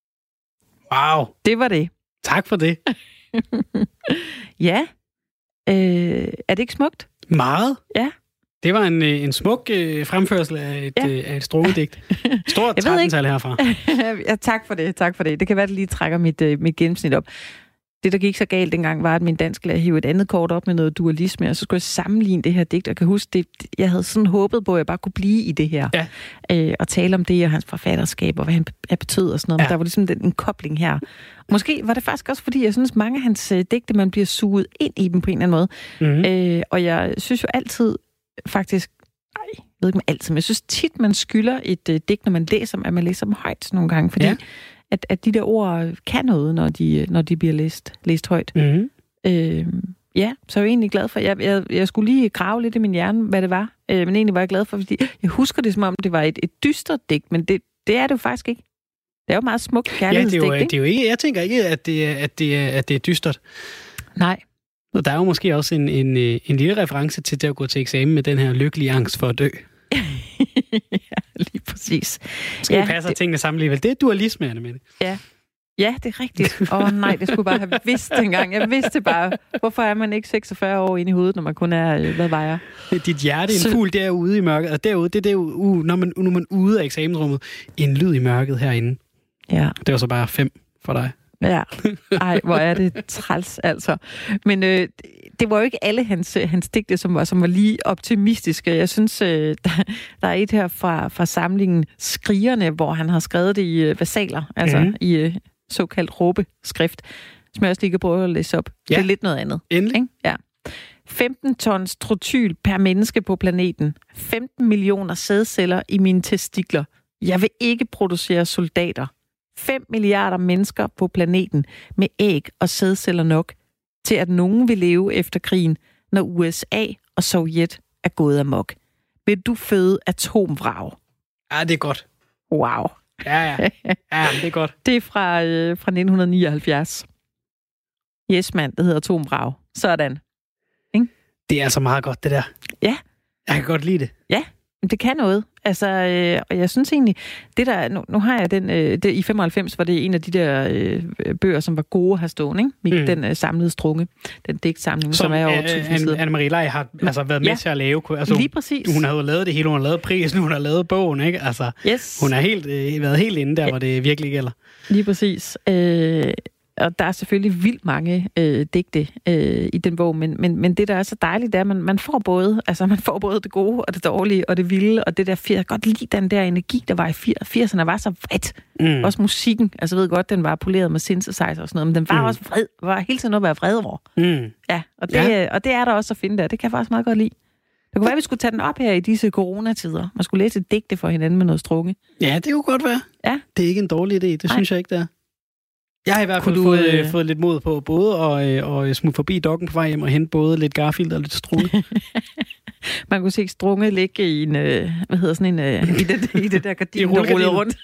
Wow. Det var det. Tak for det. Ja. Øh, er det ikke smukt? Meget. Ja. Det var en, en smuk øh, fremførsel af et, ja. øh, af et strungedigt. Stort tretten-tal herfra. Ja, tak for det, tak for det. Det kan være, at det lige trækker mit, øh, mit gennemsnit op. Det, der gik så galt dengang, var, at min dansklærer hivede et andet kort op med noget dualisme, og så skulle jeg sammenligne det her digt, og jeg kan huske, det, jeg havde sådan håbet på, at jeg bare kunne blive i det her, ja. øh, og tale om det og hans forfatterskab, og hvad han betød og sådan noget, ja. Men der var ligesom den, en kobling her. Måske var det faktisk også, fordi jeg synes, mange af hans øh, digte, man bliver suget ind i dem på en eller anden måde. Mm-hmm. Øh, og jeg synes jo altid, faktisk, nej, jeg ved ikke med altid, men jeg synes tit, man skylder et øh, digt, når man læser dem, at man læser dem højt nogle gange, fordi ja. At, at de der ord kan noget, når de, når de bliver læst, læst højt. Mm-hmm. Øh, ja, så er jeg egentlig glad for. Jeg, jeg, jeg skulle lige grave lidt i min hjerne, hvad det var. Øh, men egentlig var jeg glad for, fordi jeg husker det, som om det var et, et dystert digt, men det, det er det jo faktisk ikke. Det er jo meget smukt kærlighedsdigt, ja, det er jo, ikke? det er jo ikke, jeg tænker ikke, at det, at det, at det er dystert. Nej. Og der er jo måske også en, en, en lille reference til det at gå til eksamen med den her lykkelige angst for at dø. Ja, lige præcis. Skal ja, vi passe det... tingene sammen alligevel. Det er dualisme, Anne Mette. Ja, Ja, det er rigtigt. Åh oh, nej, det skulle jeg bare have vidst dengang. Jeg vidste bare, hvorfor er man ikke seksogfyrre år inde i hovedet, når man kun er, hvad vejer? Dit hjerte er en fugl derude i mørket, og derude, det er derude, uh, når, man, når man er ude af eksamensrummet, en lyd i mørket herinde. Ja. Det var så bare fem for dig. Ja, ej, hvor er det træls, altså. Men øh, det var jo ikke alle hans, hans digte, som var, som var lige optimistiske. Jeg synes, øh, der, der er et her fra, fra samlingen Skrigerne, hvor han har skrevet det i øh, versaler, altså mm-hmm. i øh, såkaldt råbeskrift, som jeg også lige kan prøve at læse op. Ja. Det er lidt noget andet. Endelig. Ikke? Ja. femten tons trotyl per menneske på planeten. femten millioner sædceller i mine testikler. Jeg vil ikke producere soldater. fem milliarder mennesker på planeten med æg og sædceller nok til, at nogen vil leve efter krigen, når U S A og Sovjet er gået amok. Vil du føde atomvrag? Ja, det er godt. Wow. Ja, ja. Ja, det er godt. Det er fra, øh, fra nitten nioghalvfjerds. Yes, mand, det hedder atomvrag. Sådan. Ikke? Det er altså meget godt, det der. Ja. Jeg kan godt lide det. Ja, det kan noget. Altså, øh, og jeg synes egentlig, det der, nu, nu har jeg den, øh, det, i femoghalvfems var det en af de der øh, bøger, som var gode at have stående, ikke? Mm. Den øh, samlede strunge, den digtsamling, som, som er over tusind sider. Anne-Marie Lej har altså været med ja. til at lave. Altså, lige præcis. Hun har jo lavet det hele, hun har lavet prisen, hun har lavet bogen, ikke? Altså, yes. Hun har helt, øh, været helt inde der, ja. Hvor det virkelig gælder. Lige præcis. Øh, og der er selvfølgelig vildt mange øh, digte øh, i den bog, men, men, men det, der er så dejligt, det er, at man, man får både, altså man får både det gode og det dårlige og det vilde, og det der firs. Jeg godt lide den der energi, der var i firserne, var så vredt. Mm. Også musikken, altså jeg ved godt, den var poleret med synthesizer og sådan noget, men den var mm. også vred, var hele tiden noget at være vred over. Mm. Ja, og det, ja. og det er der også at finde der. Det kan jeg faktisk meget godt lide. Det kunne være, at vi skulle tage den op her i disse coronatider. Man skulle læse et digte for hinanden med noget strukket. Ja, det kunne godt være. Ja. Det er ikke en dårlig idé, det Ej. synes jeg ikke, det er. Jeg har i hvert fald du, fået, øh, fået lidt mod på både at og smutte forbi dokken på vej hjem og hente både lidt Garfield og lidt Strunge. Man kunne se Strunge ligge i en, øh, hvad hedder sådan en, øh, i, det, i det der gardin, der rullede rundt.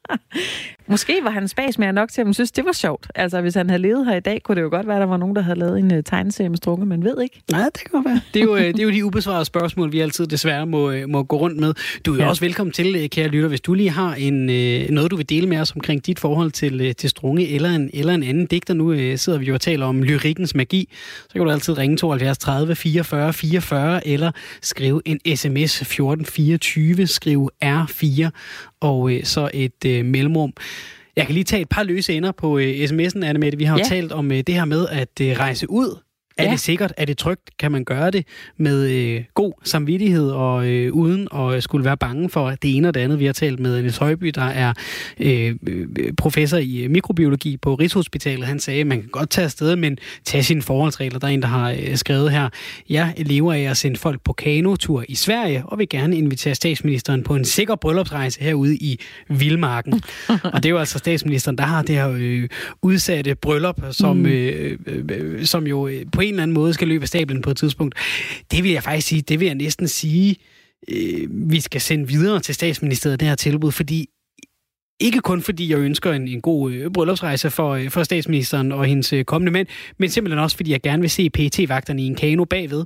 Måske var han spasmager nok til, at man synes, det var sjovt. Altså, hvis han havde levet her i dag, kunne det jo godt være, at der var nogen, der havde lavet en uh, tegneserie med Strunge, men ved ikke. Nej, det kan godt være. Det er jo, det er jo de ubesvarede spørgsmål, vi altid desværre må, må gå rundt med. Du er jo ja. også velkommen til, kære lytter, hvis du lige har en, noget, du vil dele med os omkring dit forhold til, til Strunge eller en, eller en anden digter. Nu sidder vi jo og taler om lyrikkens magi. Så kan du altid ringe tooghalvfjerds tredive fireogfyrre fireogfyrre eller skrive en sms fjorten fireogtyve, skriv R fire og øh, så et øh, mellemrum. Jeg kan lige tage et par løse ender på øh, sms'en, Anne-Mette. Vi har ja. jo talt om øh, det her med at øh, rejse ud. Er ja. det sikkert? Er det trygt? Kan man gøre det med øh, god samvittighed og øh, uden at skulle være bange for det ene og det andet? Vi har talt med Niels Højby, der er øh, professor i mikrobiologi på Rigshospitalet. Han sagde, at man kan godt tage afsted, men tage sine forholdsregler. Der er en, der har øh, skrevet her. Jeg lever af at sende folk på kanotur i Sverige, og vil gerne invitere statsministeren på en sikker bryllupsrejse herude i Vildmarken. Og det er jo altså statsministeren, der har det her øh, udsatte bryllup, som, mm. øh, øh, som jo øh, på en eller anden måde skal løbe af stablen på et tidspunkt. Det vil jeg faktisk sige, det vil jeg næsten sige, øh, vi skal sende videre til statsministeriet, det her tilbud, fordi ikke kun fordi jeg ønsker en, en god øh, bryllupsrejse for, øh, for statsministeren og hendes øh, kommende mænd, men simpelthen også fordi jeg gerne vil se P E T-vagterne i en kano bagved,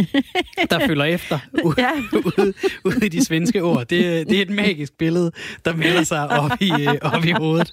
der følger efter ude, ja. ude, ude i de svenske ord. Det, det er et magisk billede, der melder sig op i, øh, op i hovedet.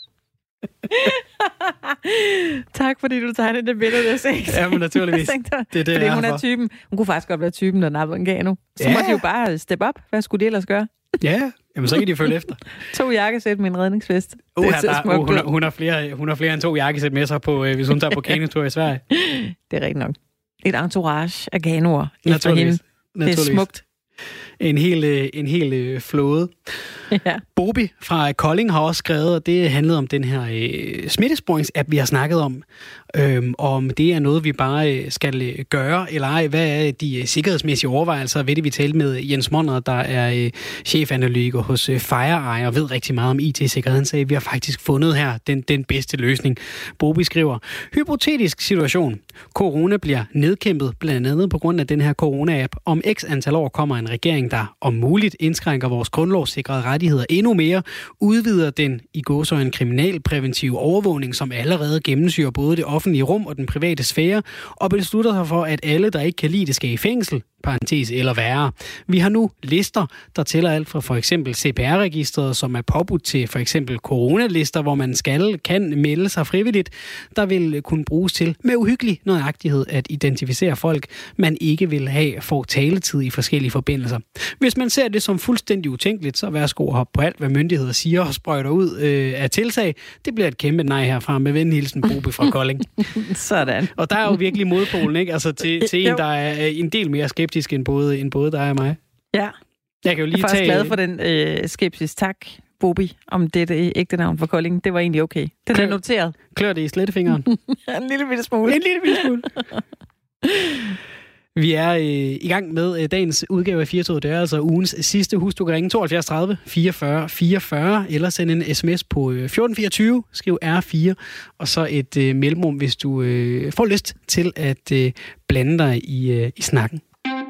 Tak, fordi du tegnede det billede, jeg sagde. Ja, men naturligvis. Tænkte, det er det, fordi jeg hun er for. typen. Hun kunne faktisk godt være typen, der nappede en kano. Så ja. måtte de jo bare steppe op. Hvad skulle de ellers gøre? Ja, jamen så kan de følge efter. To jakkesæt med en redningsvest. Uh, det er der, uh, hun, har, hun, har flere, hun har flere end to jakkesæt med sig, på, øh, hvis hun tager på kanotur i Sverige. Det er rigtigt nok. Et entourage af kanoer efter hende. Det er smukt. En hel, en hel flåde. Ja. Bobi fra Kolding har også skrevet, og det handlede om den her øh, smittesporings-app, vi har snakket om. Øhm, om det er noget, vi bare øh, skal øh, gøre, eller ej. Hvad er de øh, sikkerhedsmæssige overvejelser ved det, vi talte med Jens Monner, der er øh, chefanalytiker hos øh, FireEye og ved rigtig meget om I T-sikkerhed. Han sagde, at vi har faktisk fundet her den, den bedste løsning. Bobi skriver, hypotetisk situation. Corona bliver nedkæmpet, blandt andet på grund af den her corona-app. Om x antal år kommer en regering, der om muligt indskrænker vores grundlovssikrede rettigheder endnu mere, udvider den i gåseøjne kriminalpræventive overvågning, som allerede gennemsyrer både det offentlige rum og den private sfære, og beslutter sig for, at alle, der ikke kan lide det, skal i fængsel. parentes eller værre. Vi har nu lister, der tæller alt fra for eksempel C P R-registret, som er påbudt til for eksempel coronalister, hvor man skal kan melde sig frivilligt, der vil kunne bruges til med uhyggelig nøjagtighed at identificere folk, man ikke vil have for taletid i forskellige forbindelser. Hvis man ser det som fuldstændig utænkeligt, så værsgo at hoppe på alt, hvad myndigheder siger og sprøjter ud øh, af tiltag. Det bliver et kæmpe nej herfra med venhilsen Bobe fra Kolding. Sådan. Og der er jo virkelig modpolen, ikke? Altså til, til en, der er en del mere skeptisk end både, end både dig og mig. Ja. Jeg kan jo lige jeg er faktisk tage... glad for den øh, skepsis. Tak, Bobi, om dette ægte navn for Kolding. Det var egentlig okay. Den Klør, er noteret. Klør det i slettefingeren? En lille bitte smule. En lille bitte smule. Vi er øh, i gang med øh, dagens udgave af Firtoget. Det er altså ugens sidste. Husk, du kan ringe tooghalvfjerds tredive fireogfyrre fireogfyrre eller sende en sms på øh, fjorten fireogtyve. Skriv R fire og så et øh, mellemrum, hvis du øh, får lyst til at øh, blande dig i, øh, i snakken.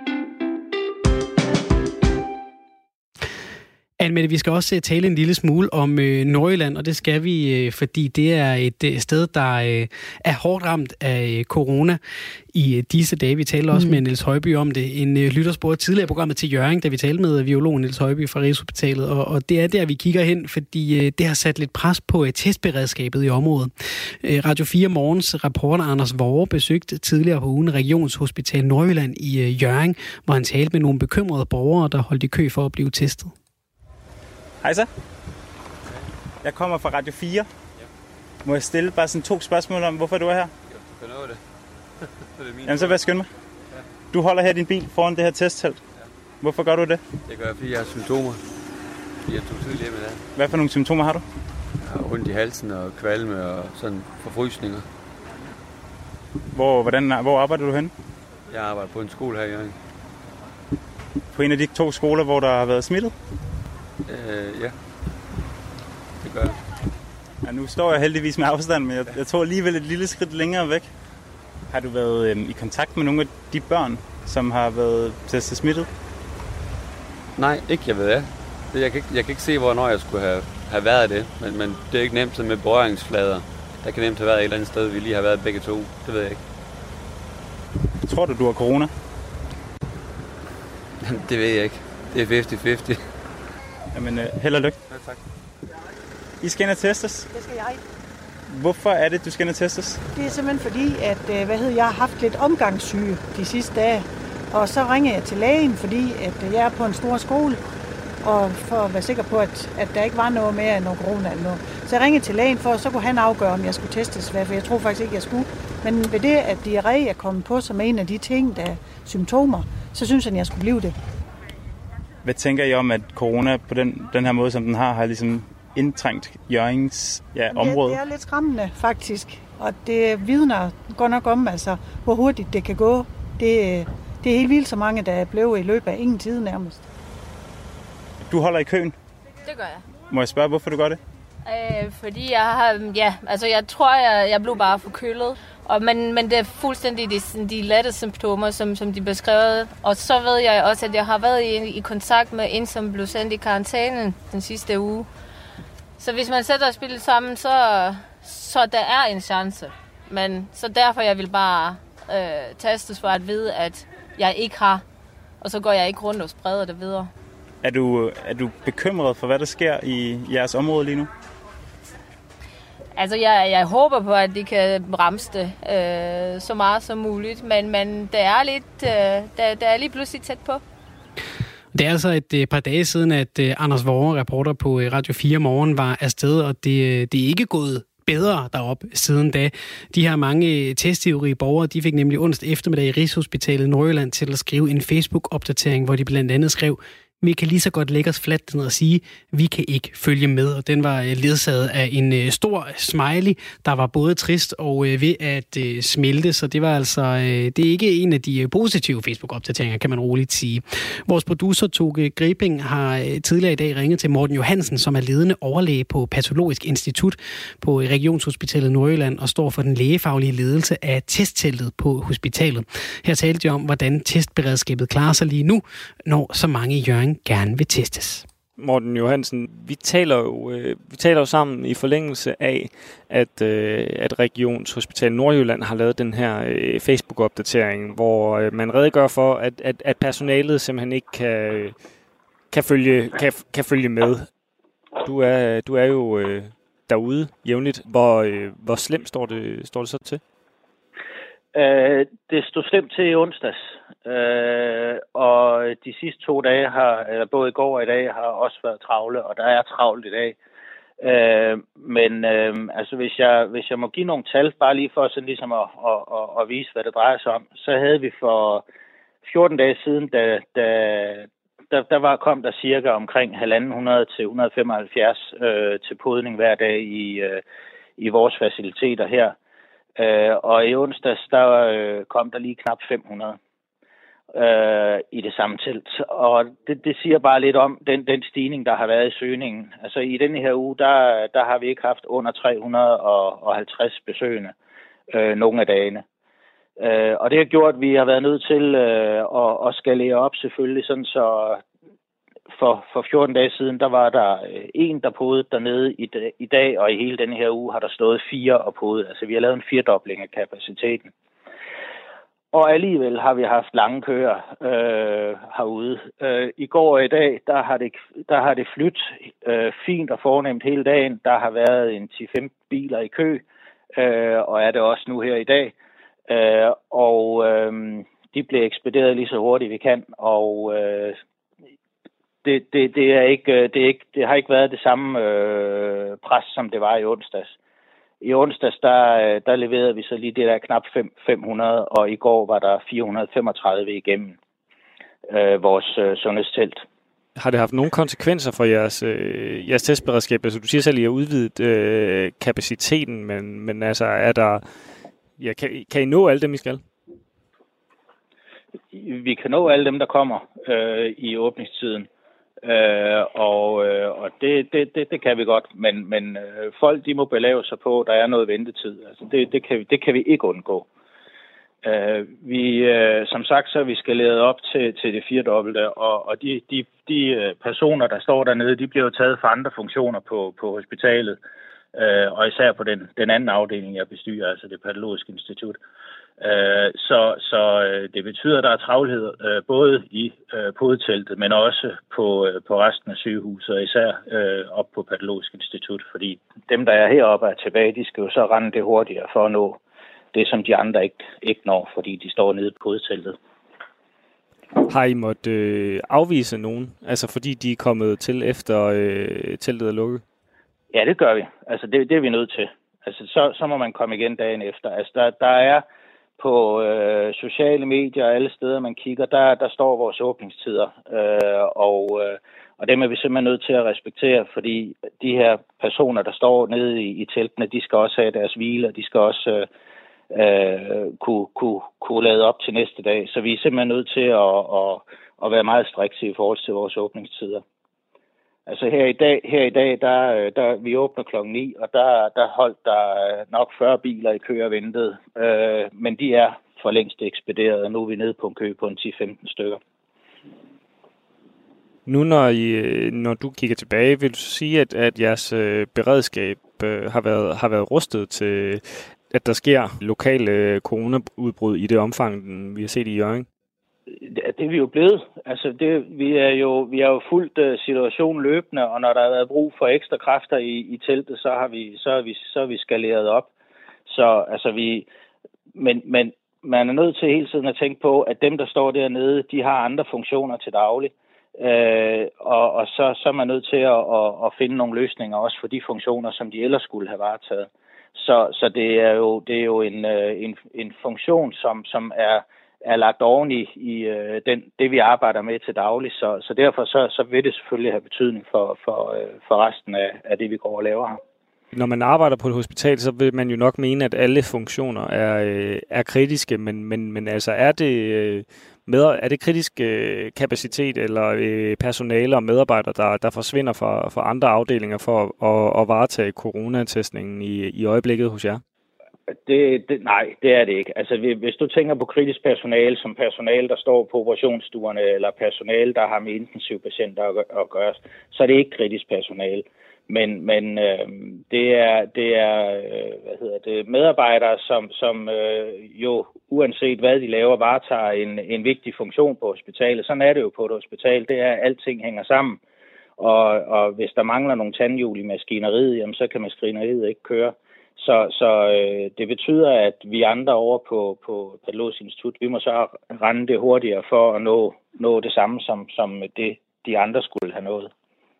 Anne-Mette, vi skal også tale en lille smule om øh, Nordjylland, og det skal vi, øh, fordi det er et øh, sted, der øh, er hårdt ramt af øh, corona i øh, disse dage. Vi talte også mm. med Niels Højby om det. En øh, lytter spurgte tidligere i programmet til Hjørring, da vi talte med virologen Niels Højby fra Rigshospitalet, og, og det er der, vi kigger hen, fordi øh, det har sat lidt pres på øh, testberedskabet i området. Øh, Radio fire Morgens reporter Anders Vore besøgte tidligere på ugen Regionshospital Nordjylland i øh, Hjørring, hvor han talte med nogle bekymrede borgere, der holdt i kø for at blive testet. Hej så. Jeg kommer fra Radio fire. Må jeg stille bare sådan to spørgsmål om, hvorfor du er her? Jeg kan nå det. Så er det min Jamen så vil jeg skynde mig. Ja. Du holder her din bil foran det her testtelt. Ja. Hvorfor gør du det? Det gør jeg, fordi jeg har symptomer. Fordi jeg tog tidligere med det. Hvad for nogle symptomer har du? Jeg har ondt i halsen og kvalme og sådan forfrysninger. Hvor, hvordan, hvor arbejder du henne? Jeg arbejder på en skole her i Hjørring. På en af de to skoler, hvor der har været smittet? Øh, ja, det gør jeg. Ja, nu står jeg heldigvis med afstand, men jeg, jeg tror alligevel et lille skridt længere væk. Har du været øhm, i kontakt med nogle af de børn, som har været testet smittet? Nej, ikke jeg ved det. Jeg kan ikke, jeg kan ikke se, hvornår jeg skulle have, have været det, men, men det er ikke nemt med berøringsflader. Der kan nemt have været et eller andet sted, vi lige har været begge to. Det ved jeg ikke. Tror du, du har corona? Det ved jeg ikke. Det er halvtreds halvtreds. Jamen, øh, held og lykke. Ja, tak. I skal ind og testes? Det skal jeg. Hvorfor er det, du skal ind og testes? Det er simpelthen fordi, at hvad hedder, jeg har haft lidt omgangssyge de sidste dage. Og så ringer jeg til lægen, fordi at jeg er på en stor skole. Og for at være sikker på, at, at der ikke var noget mere end noget corona eller noget. Så jeg ringede til lægen for, så kunne han afgøre, om jeg skulle testes. For jeg tror faktisk ikke, jeg skulle. Men ved det, at diarré er kommet på som en af de ting, der er symptomer, så synes han, at jeg skulle blive det. Hvad tænker I om, at corona på den, den her måde, som den har, har ligesom indtrængt Hjørrings ja, område? Det, det er lidt skræmmende, faktisk. Og det vidner godt nok om, altså, hvor hurtigt det kan gå. Det, det er helt vildt så mange, der er blevet i løbet af ingen tid nærmest. Du holder i køen? Det gør jeg. Må jeg spørge, hvorfor du gør det? Øh, fordi jeg har, ja, altså jeg tror, jeg, jeg blev bare forkølet. Og, men, men det er fuldstændig de, de lette symptomer, som, som de beskrevet. Og så ved jeg også, at jeg har været i, i kontakt med en, som blev sendt i karantæne den sidste uge. Så hvis man sætter spillet sammen, så, så der er en chance. Men så derfor jeg vil bare øh, testes for at vide, at jeg ikke har. Og så går jeg ikke rundt og spreder det videre. Er du, er du bekymret for, hvad der sker i jeres område lige nu? Altså, jeg, jeg håber på, at de kan bremse det øh, så meget som muligt, men, men det er lidt, øh, der, der er lige pludselig tæt på. Det er altså et øh, par dage siden, at øh, Anders Vore, reporter på øh, Radio fire Morgen, var afsted, og det, øh, det er ikke gået bedre derop siden da. De her mange testivrige borgere, de fik nemlig onsdag eftermiddag i Rigshospitalet Nordjylland til at skrive en Facebook-opdatering, hvor de blandt andet skrev: vi kan lige så godt lægge os fladt ned og sige, vi kan ikke følge med. Og den var ledsaget af en stor smiley, der var både trist og ved at smelte. Så det var altså, det er ikke en af de positive Facebook-opdateringer, kan man roligt sige. Vores producer Toge Gribing har tidligere i dag ringet til Morten Johansen, som er ledende overlæge på Patologisk Institut på Regionshospitalet Nordjylland og står for den lægefaglige ledelse af testteltet på hospitalet. Her talte de om, hvordan testberedskabet klarer sig lige nu, når så mange i Hjørring gerne vil testes. Morten Johansen, vi taler jo, øh, vi taler jo sammen i forlængelse af, at, øh, at Regionshospital Nordjylland har lavet den her øh, Facebook-opdatering, hvor øh, man redegør for, at, at, at personalet simpelthen ikke kan, kan, følge, kan, kan følge med. Du er, du er jo øh, derude jævnligt. Hvor, øh, hvor slemt står det, står det så til? Uh, det stod slemt til i onsdags, uh, og de sidste to dage, har, eller både i går og i dag, har også været travle, og der er travlt i dag. Uh, men uh, altså, hvis jeg, hvis jeg må give nogle tal, bare lige for sådan ligesom at, at, at, at vise, hvad det drejer sig om, så havde vi for fjorten dage siden, da, da, der, der var, kom der cirka omkring halvanden hundrede til et hundrede og femoghalvfjerds uh, til podning hver dag i, uh, i vores faciliteter her. Uh, og i onsdags, der uh, kom der lige knap fem hundrede uh, i det samme telt. Og det, det siger bare lidt om den, den stigning, der har været i søgningen. Altså i denne her uge, der, der har vi ikke haft under tre hundrede og halvtreds besøgende uh, nogle af dagene. Uh, og det har gjort, at vi har været nødt til uh, at, at skalere op selvfølgelig, sådan så for, for fjorten dage siden, der var der øh, en, der podede dernede i, dag, i dag, og i hele denne her uge har der stået fire og podet. Altså vi har lavet en firedobling af kapaciteten. Og alligevel har vi haft lange køer øh, herude. Øh, I går og i dag, der har det, der har det flyttet øh, fint og fornemt hele dagen. Der har været en ti til femten biler i kø, øh, og er det også nu her i dag. Øh, og øh, de bliver ekspederet lige så hurtigt vi kan, og øh, Det, det, det, er ikke, det, er ikke, det har ikke været det samme øh, pres, som det var i onsdags. I onsdags, der, der leverede vi så lige det der knap fem hundrede, og i går var der fire hundrede og femogtredive igennem øh, vores øh, sundhedstelt. Har det haft nogle konsekvenser for jeres, øh, jeres testberedskab? Altså, du siger selv, at I har udvidet øh, kapaciteten, men, men altså, er der, ja, kan, kan I nå alle dem, I skal? Vi kan nå alle dem, der kommer øh, i åbningstiden. Øh, og øh, og det, det, det, det kan vi godt, men, men øh, folk de må belave sig på, der er noget ventetid. Altså det, det, kan, det kan vi ikke undgå. Øh, vi, øh, som sagt, så er vi skaleret op til, til det firedobbelte, og, og de, de, de personer, der står dernede, de bliver jo taget fra andre funktioner på, på hospitalet, øh, og især på den, den anden afdeling, jeg bestyrer, altså det patologiske institut. Uh, så så uh, det betyder, at der er travlhed uh, både i uh, podteltet, men også på, uh, på resten af sygehuset, og især uh, op på Patologisk Institut, fordi dem, der er heroppe er tilbage, de skal jo så rende det hurtigere for at nå det, som de andre ikke, ikke når, fordi de står nede på podteltet. Har I måttet øh, afvise nogen, altså fordi de er kommet til efter øh, teltet er lukket? Ja, det gør vi. Altså det, det er vi nødt til. Altså så, så må man komme igen dagen efter. Altså der, der er på øh, sociale medier og alle steder, man kigger, der, der står vores åbningstider, øh, og, øh, og dem er vi simpelthen nødt til at respektere, fordi de her personer, der står nede i, i teltene, de skal også have deres hvile, og de skal også øh, øh, kunne, kunne, kunne lade op til næste dag. Så vi er simpelthen nødt til at, at, at være meget strikse i forhold til vores åbningstider. Altså her i dag, her i dag der, der, vi åbner klokken ni, og der, der holdt der nok fyrre biler i kø og ventede. Øh, men de er for længst ekspederet, og nu er vi nede på en kø på en ti til femten stykker. Nu når, I, når du kigger tilbage, vil du sige, at, at jeres beredskab har været, har været rustet til, at der sker lokale coronaudbrud i det omfang, vi har set i Hjørring? Det er vi jo blevet. Altså det, vi er jo vi er jo fulgt uh, situationen løbende, og når der har været brug for ekstra kræfter i, i teltet, så har vi så er vi så er vi skaleret op. Så altså vi men men man er nødt til hele tiden at tænke på, at dem der står dernede, de har andre funktioner til daglig. Øh, og, og så så er man nødt til at, at, at finde nogle løsninger også for de funktioner, som de ellers skulle have varetaget. Så så det er jo det er jo en en en funktion som som er er lagt oven i, i øh, den, det, vi arbejder med til daglig. Så, så derfor så, så vil det selvfølgelig have betydning for, for, øh, for resten af, af det, vi går og laver her. Når man arbejder på et hospital, så vil man jo nok mene, at alle funktioner er, øh, er kritiske, men, men, men altså er det, øh, med, er det kritisk øh, kapacitet eller øh, personale og medarbejdere, der, der forsvinder fra, fra andre afdelinger for at, at varetage coronatestningen i, i øjeblikket hos jer? Det, det, nej, det er det ikke. Altså, hvis du tænker på kritisk personale, som personale, der står på operationsstuerne, eller personale, der har med intensivpatienter at gøre, så er det ikke kritisk personale. Men, men øh, det er, det er øh, hvad hedder det, medarbejdere, som, som øh, jo uanset hvad de laver, varetager en, en vigtig funktion på hospitalet. Sådan er det jo på et hospital. Det er, at alting hænger sammen. Og, og hvis der mangler nogle tandhjul i maskineriet, jamen, så kan maskineriet ikke køre. Så, så øh, det betyder, at vi andre over på, på Patologisk Institut, vi må så rende det hurtigere for at nå, nå det samme, som, som det de andre skulle have nået.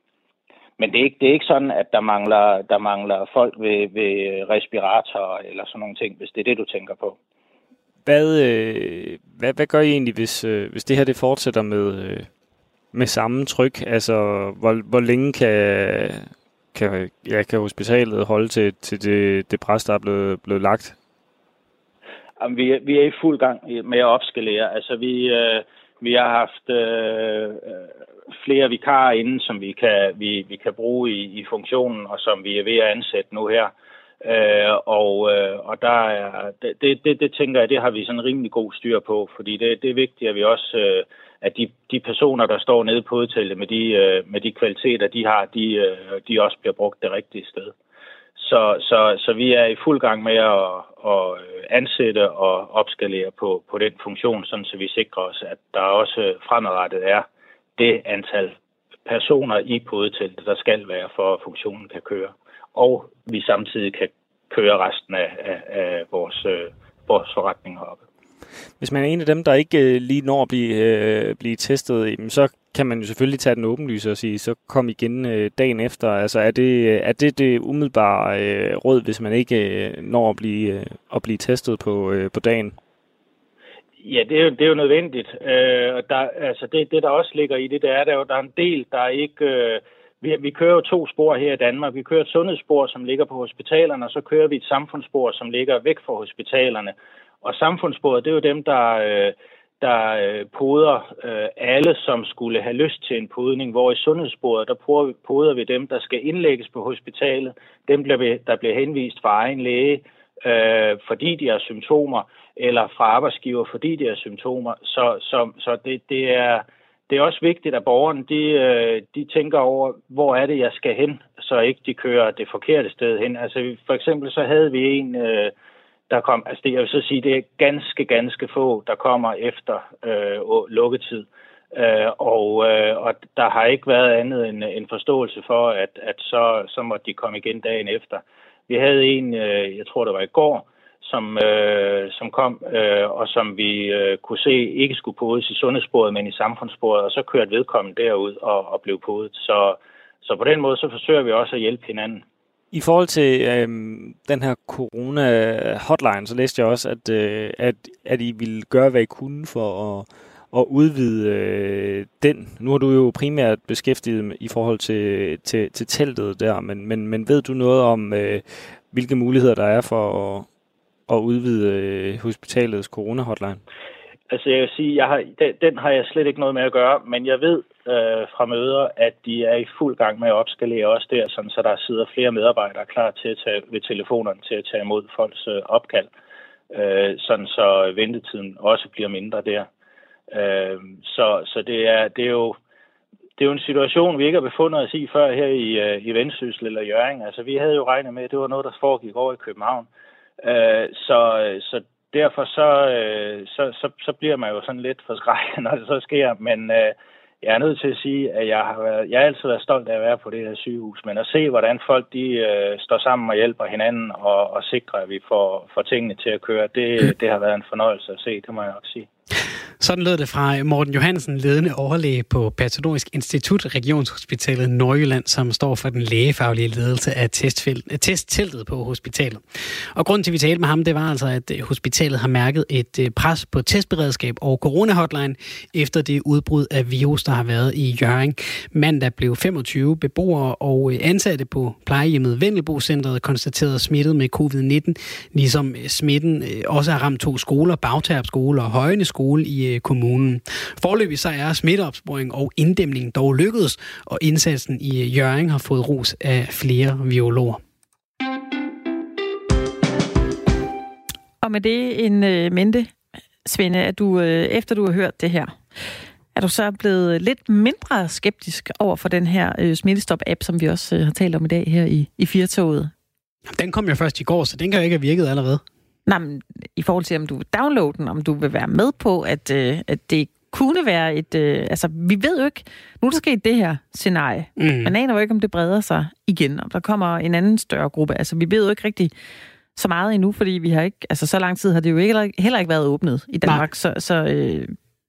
Men det er ikke, det er ikke sådan, at der mangler, der mangler folk ved, ved respiratorer eller sådan nogle ting, hvis det er det, du tænker på. Hvad, øh, hvad, hvad gør I egentlig, hvis, øh, hvis det her det fortsætter med, øh, med samme tryk? Altså, hvor, hvor længe kan, kan, ja, kan hospitalet holde til, til det, det pres, der er blevet, blevet lagt? Jamen, vi, er, vi er i fuld gang med at opskalere. Altså, vi, øh, vi har haft øh, flere vikarer inden, som vi kan, vi, vi kan bruge i, i funktionen, og som vi er ved at ansætte nu her. Øh, og, øh, og der er, det, det, det tænker jeg, det har vi sådan en rimelig god styr på, fordi det, det er vigtigt, at vi også, øh, at de, de personer, der står nede på hotellet med de, øh, med de kvaliteter, de har, de, øh, de også bliver brugt det rigtige sted. Så, så, så vi er i fuld gang med at, at ansætte og opskalere på, på den funktion, sådan så vi sikrer os, at der også fremadrettet er det antal personer i på hotellet, der skal være, for at funktionen kan køre. Og vi samtidig kan køre resten af, af, af vores, øh, vores forretninger oppe. Hvis man er en af dem, der ikke øh, lige når at blive, øh, blive testet, så kan man jo selvfølgelig tage den åbenlyse og sige, så kom igen øh, dagen efter. Altså er det er det, det umiddelbare øh, råd, hvis man ikke øh, når at blive, øh, at blive testet på, øh, på dagen? Ja, det er jo, det er jo nødvendigt. Øh, og der, altså det, det, der også ligger i det, det er, der, jo, der er en del, der ikke... Øh, Vi, vi kører jo to spor her i Danmark. Vi kører et sundhedsspor, som ligger på hospitalerne, og så kører vi et samfundsspor, som ligger væk fra hospitalerne. Og samfundssporet, det er jo dem, der, der poder alle, som skulle have lyst til en podning, hvor i sundhedssporet, der poder vi dem, der skal indlægges på hospitalet, dem, der bliver henvist fra egen læge, fordi de har symptomer, eller fra arbejdsgiver, fordi de har symptomer. Så, så, så det, det er... Det er også vigtigt, at borgerne de, de tænker over, hvor er det, jeg skal hen, så ikke de kører det forkerte sted hen. Altså for eksempel så havde vi en, der kom, altså det, jeg vil så sige, det er ganske, ganske få, der kommer efter øh, lukketid. Øh, og, øh, og der har ikke været andet end en forståelse for, at, at så, så måtte de komme igen dagen efter. Vi havde en, øh, jeg tror det var i går, som, øh, som kom, øh, og som vi øh, kunne se ikke skulle podes i sundhedssporet, men i samfundssporet, og så kørte vedkommende derud og, og blev podet. Så, så på den måde, så forsøger vi også at hjælpe hinanden. I forhold til øh, den her corona-hotline, så læste jeg også, at, øh, at, at I ville gøre, hvad I kunne for at, at udvide øh, den. Nu har du jo primært beskæftiget i forhold til, til, til teltet der, men, men, men ved du noget om, øh, hvilke muligheder der er for at og udvide øh, hospitalets corona-hotline? Altså jeg vil sige, jeg har, den, den har jeg slet ikke noget med at gøre, men jeg ved øh, fra møder, at de er i fuld gang med at opskalere også der, sådan, så der sidder flere medarbejdere klar til at tage ved telefonerne til at tage imod folks øh, opkald, øh, sådan så ventetiden også bliver mindre der. Øh, så så det, er, det, er jo, det er jo en situation, vi ikke har befundet os i før her i, øh, i Vendsyssel eller Hjørring. Altså vi havde jo regnet med, at det var noget, der foregik over i København. Uh, så, så derfor så, uh, så, så, så bliver man jo sådan lidt forskrækket, når det så sker. Men uh, jeg er nødt til at sige, at jeg har, været, jeg har altid været stolt af at være på det her sygehus. Men at se, hvordan folk de, uh, står sammen og hjælper hinanden og, og sikrer, at vi får, får tingene til at køre, det, det har været en fornøjelse at se, det må jeg nok sige. Sådan lød det fra Morten Johansen, ledende overlæge på Patologisk Institut, Regionshospitalet Nordjylland, som står for den lægefaglige ledelse af testteltet på hospitalet. Og grunden til, at vi talte med ham, det var altså, at hospitalet har mærket et pres på testberedskab og corona-hotline efter det udbrud af virus, der har været i Hjørring. Mandag blev femogtyve beboere og ansatte på plejehjemmet Vendelbo-centret konstateret smittet med covid nitten, ligesom smitten også har ramt to skoler, Bagterp skole og Højene skole i kommunen. Foreløbig så er smitteopsporing og inddæmning dog lykkedes, og indsatsen i Hjørring har fået ros af flere virologer. Og med det en øh, mente, Svende, at du, øh, efter du har hørt det her, er du så blevet lidt mindre skeptisk over for den her øh, Smittestop-app, som vi også øh, har talt om i dag her i, i Firtoget? Den kom jo først i går, så den kan jo ikke have virket allerede. Nej, men i forhold til, om du vil downloade den, om du vil være med på, at, øh, at det kunne være et... Øh, altså, vi ved jo ikke... Nu er der sket det her scenarie. Mm. Man aner jo ikke, om det breder sig igen, om der kommer en anden større gruppe. Altså, vi ved jo ikke rigtig så meget endnu, fordi vi har ikke... Altså, så lang tid har det jo ikke, heller ikke været åbnet i Danmark. Nej. Så, så øh,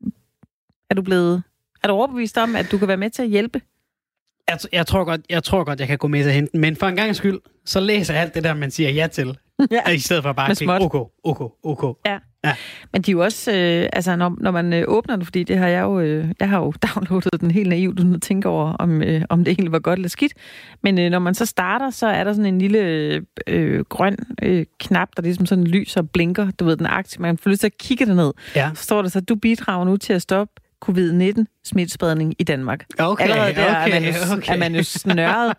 er du blevet... Er du overbevist om, at du kan være med til at hjælpe? Jeg, jeg, tror godt, jeg tror godt, jeg kan gå med til at hente den. Men for en gang skyld, så læser jeg alt det der, man siger ja til. Ja. I stedet for bare at klikke OK, OK, OK. Ja. Ja. Men de er jo også, øh, altså når, når man øh, åbner den, fordi det har jeg jo, øh, jeg har jo downloadet den helt naivt, uden at tænke over, om, øh, om det egentlig var godt eller skidt. Men øh, når man så starter, så er der sådan en lille øh, grøn øh, knap, der ligesom sådan lyser og blinker. Du ved, den er aktiv. Man får lyst til at kigge derned. Ja. Så står der så, at du bidrager nu til at stoppe covid nitten smittespredning i Danmark. Okay, allerede der okay, er, man jo, okay. er man jo snørret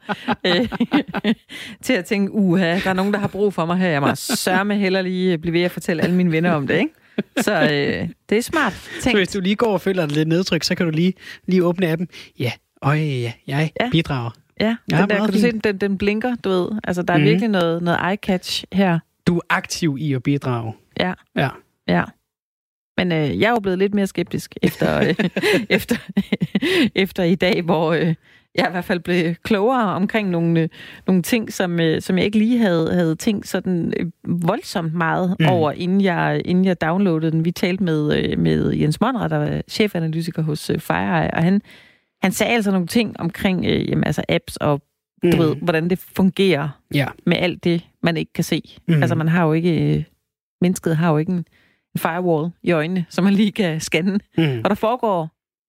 øh, til at tænke, uha, der er nogen, der har brug for mig her. Jeg må sørme heller lige blive ved at fortælle alle mine venner om det, ikke? Så øh, det er smart tænkt. Så hvis du lige går og føler dig lidt nedtryk, så kan du lige, lige åbne appen. Ja, øj, ja, jeg ja. bidrager. Ja, ja den der, kan du se, den, den blinker, du ved. Altså, der er mm. virkelig noget, noget eye-catch her. Du er aktiv i at bidrage. Ja. Ja. Ja. Men øh, jeg er jo blevet lidt mere skeptisk efter, øh, efter, efter i dag, hvor øh, jeg i hvert fald blev klogere omkring nogle, øh, nogle ting, som, øh, som jeg ikke lige havde, havde tænkt sådan øh, voldsomt meget mm. over, inden jeg, inden jeg downloadede den. Vi talte med, øh, med Jens Monrad, der var chefanalytiker hos øh, FireEye, og han, han sagde altså nogle ting omkring øh, jamen, altså apps og mm. du ved, hvordan det fungerer ja. med alt det, man ikke kan se. Mm. Altså man har jo ikke... Øh, mennesket har jo ikke en en firewall i øjnene, som man lige kan scanne. Mm. Og der foregår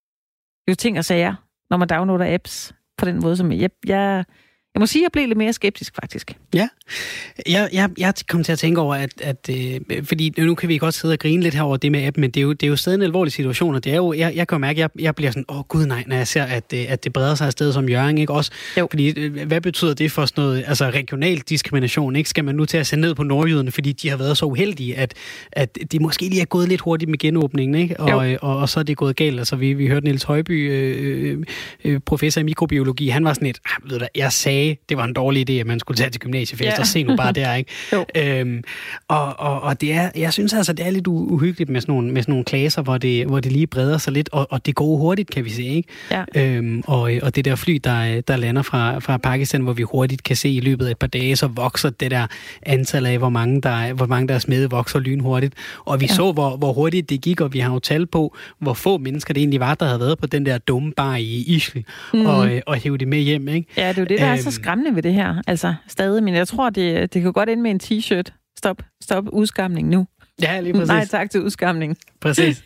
jo ting og sager, når man downloader apps på den måde, som jeg, jeg, jeg må sige, at jeg blev lidt mere skeptisk, faktisk. Ja, jeg, jeg, jeg kom til at tænke over, at, at øh, fordi nu kan vi godt sidde og grine lidt her over det med appen, men det er jo, det er jo stadig en alvorlig situation, og det er jo, jeg, jeg kan jo mærke, at jeg, jeg bliver sådan, åh oh, gud nej, når jeg ser, at, at det breder sig afsted som Jørgen, ikke også? Jo. Fordi, hvad betyder det for sådan noget, altså regional diskrimination, ikke? Skal man nu til at sende ned på nordjyderne, fordi de har været så uheldige, at, at de måske lige er gået lidt hurtigt med genåbningen, ikke? Og, og, og, og så er det gået galt. Altså, vi, vi hørte Niels Højby, øh, øh, professor i mikrobiologi, han var sådan et, ah, ved du, jeg sagde, det var en dårlig idé, at man skulle tage til gymnasiefest, ja. Og se nu bare der, ikke? Øhm, og, og, og det er, jeg synes altså, det er lidt uhyggeligt med sådan nogle, med sådan nogle klasser, hvor det, hvor det lige breder sig lidt, og, og det går hurtigt, kan vi se, ikke? Ja. Øhm, og, og det der fly, der, der lander fra, fra Pakistan, hvor vi hurtigt kan se i løbet af et par dage, så vokser det der antal af, hvor mange der er, hvor mange der er smittet, vokser lynhurtigt. Og vi ja. så, hvor, hvor hurtigt det gik, og vi har jo tal på, hvor få mennesker det egentlig var, der havde været på den der dumme bar i Ischl, mm. og, og hæve det med hjem, ikke? Ja, det er jo det, der øhm, er så skræmmende ved det her, altså stadig, men jeg tror, det, det kan godt ende med en t-shirt. Stop, stop udskamning nu. Ja, lige præcis. Nej, tak til udskamning. Præcis.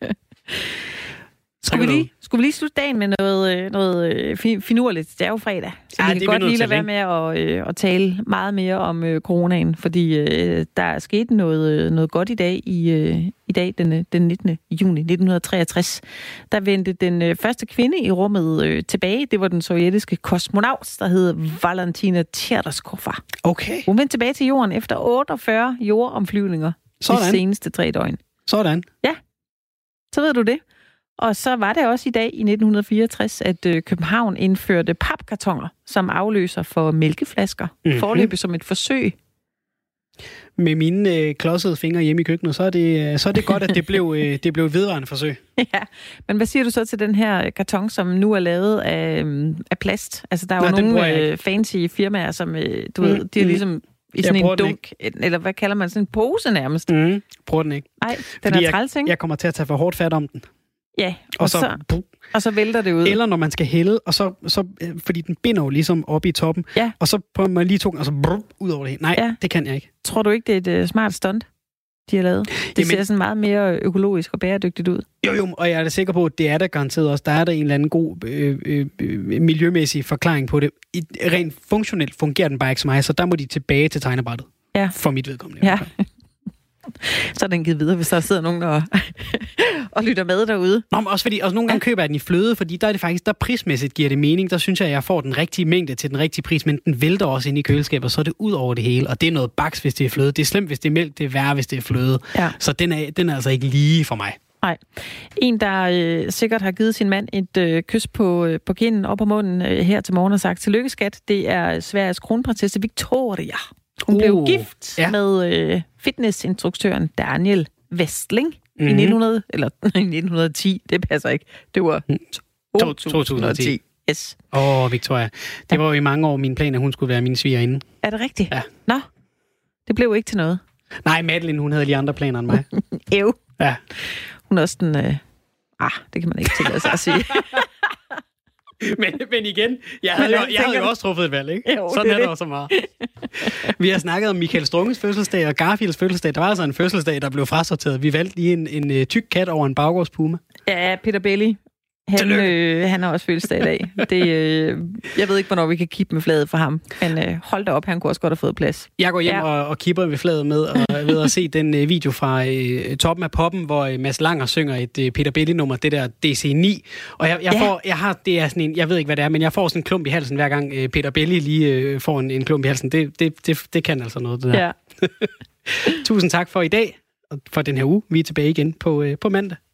Skulle vi, lige, skulle vi lige slutte dagen med noget, noget finurligt? Det er jo fredag. Så ja, vi kan godt lige lade være med at, øh, at tale meget mere om øh, coronaen, fordi øh, der er sket noget, noget godt i dag, i, øh, i dag den, den nittende juni nitten treogtres. Der vendte den øh, første kvinde i rummet øh, tilbage. Det var den sovjetiske kosmonaut, der hed Valentina Tereshkova. Okay. Hun vendte tilbage til jorden efter otteogfyrre jordomflyvninger de seneste tre døgn. Sådan. Ja, så ved du det. Og så var det også i dag i nitten fireogtres, at øh, København indførte papkartoner som afløser for mælkeflasker. Mm-hmm. Foreløbig som et forsøg. Med mine øh, klodsede fingre hjemme i køkkenet, så er det, så er det godt, at det blev, øh, det blev et vedvarende forsøg. Ja, men hvad siger du så til den her karton, som nu er lavet af, øh, af plast? Altså, der er jo Nå, nogle øh, fancy firmaer, som øh, du mm, ved, de er mm. ligesom i sådan en dunk, eller hvad kalder man, sådan en pose nærmest. Mm, prøver den ikke. Nej, den Fordi er træls, ikke? Jeg, jeg kommer til at tage for hårdt fat om den. Ja, og, og, så, så, og så vælter det ud. Eller når man skal hælde, og så, så fordi den binder jo ligesom oppe i toppen, ja. Og så prøver man lige to og så brrr, ud over det. Nej, ja. Det kan jeg ikke. Tror du ikke, det er et uh, smart stunt, de har lavet? Det Jamen, ser sådan meget mere økologisk og bæredygtigt ud. Jo, jo, og jeg er da sikker på, at det er der garanteret også. Der er der en eller anden god øh, øh, miljømæssig forklaring på det. I, rent funktionelt fungerer den bare ikke så meget, så der må de tilbage til tegnebrættet. Ja. For mit vedkommende. Ja. Så er den givet videre, hvis der sidder nogen og, og lytter med derude. Nå, men også fordi, også nogle gange køber jeg den i fløde, fordi der er det faktisk, der prismæssigt giver det mening. Der synes jeg, at jeg får den rigtige mængde til den rigtige pris, men den vælter også ind i køleskabet, og så er det ud over det hele. Og det er noget baks, hvis det er fløde. Det er slemt, hvis det er mælk. Det er værre, hvis det er fløde. Ja. Så den er, den er altså ikke lige for mig. Nej. En, der øh, sikkert har givet sin mand et øh, kys på, øh, på kinden og på munden øh, her til morgen og sagt tillykke, skat. Det er Sveriges kronprinsesse Victoria. Hun uh, blev gift ja. med øh, fitnessinstruktøren Daniel Westling mm-hmm. i nitten hundrede, eller nitten ti. Det passer ikke. Det var to tusind og ti. Yes. Åh, oh, Victoria. Det ja. var jo i mange år min plan, at hun skulle være min svigerinde. Er det rigtigt? Ja. Nå, det blev ikke til noget. Nej, Madeline, hun havde lige andre planer end mig. Ev. Ja. Hun er også den... Øh... Ah, det kan man ikke tillade sig at sige. men, men igen, jeg havde, jo, jeg havde jo også truffet et valg, ikke? Jo, sådan det er det også meget. Vi har snakket om Michael Strunges fødselsdag og Garfields fødselsdag. Der var altså en fødselsdag, der blev frasorteret. Vi valgte lige en, en, en tyk kat over en baggårdspuma. Ja, Peter Belli. Han, øh, han har også fødselsdag i dag. Det, øh, jeg ved ikke, hvornår vi kan kippe med flaget for ham. Men øh, hold da op, han kunne også godt have fået plads. Jeg går hjem ja. og, og kipper ved flaget med, og ved at se den øh, video fra øh, Toppen af Poppen, hvor øh, Mads Langer synger et øh, Peter Belli-nummer, det der D C ni. Og jeg, jeg, ja. får, jeg har, det er sådan en, jeg ved ikke, hvad det er, men jeg får sådan en klump i halsen, hver gang øh, Peter Belli lige øh, får en, en klump i halsen. Det, det, det, det kan altså noget, det der. Ja. Tusind tak for i dag, og for den her uge. Vi er tilbage igen på, øh, på mandag.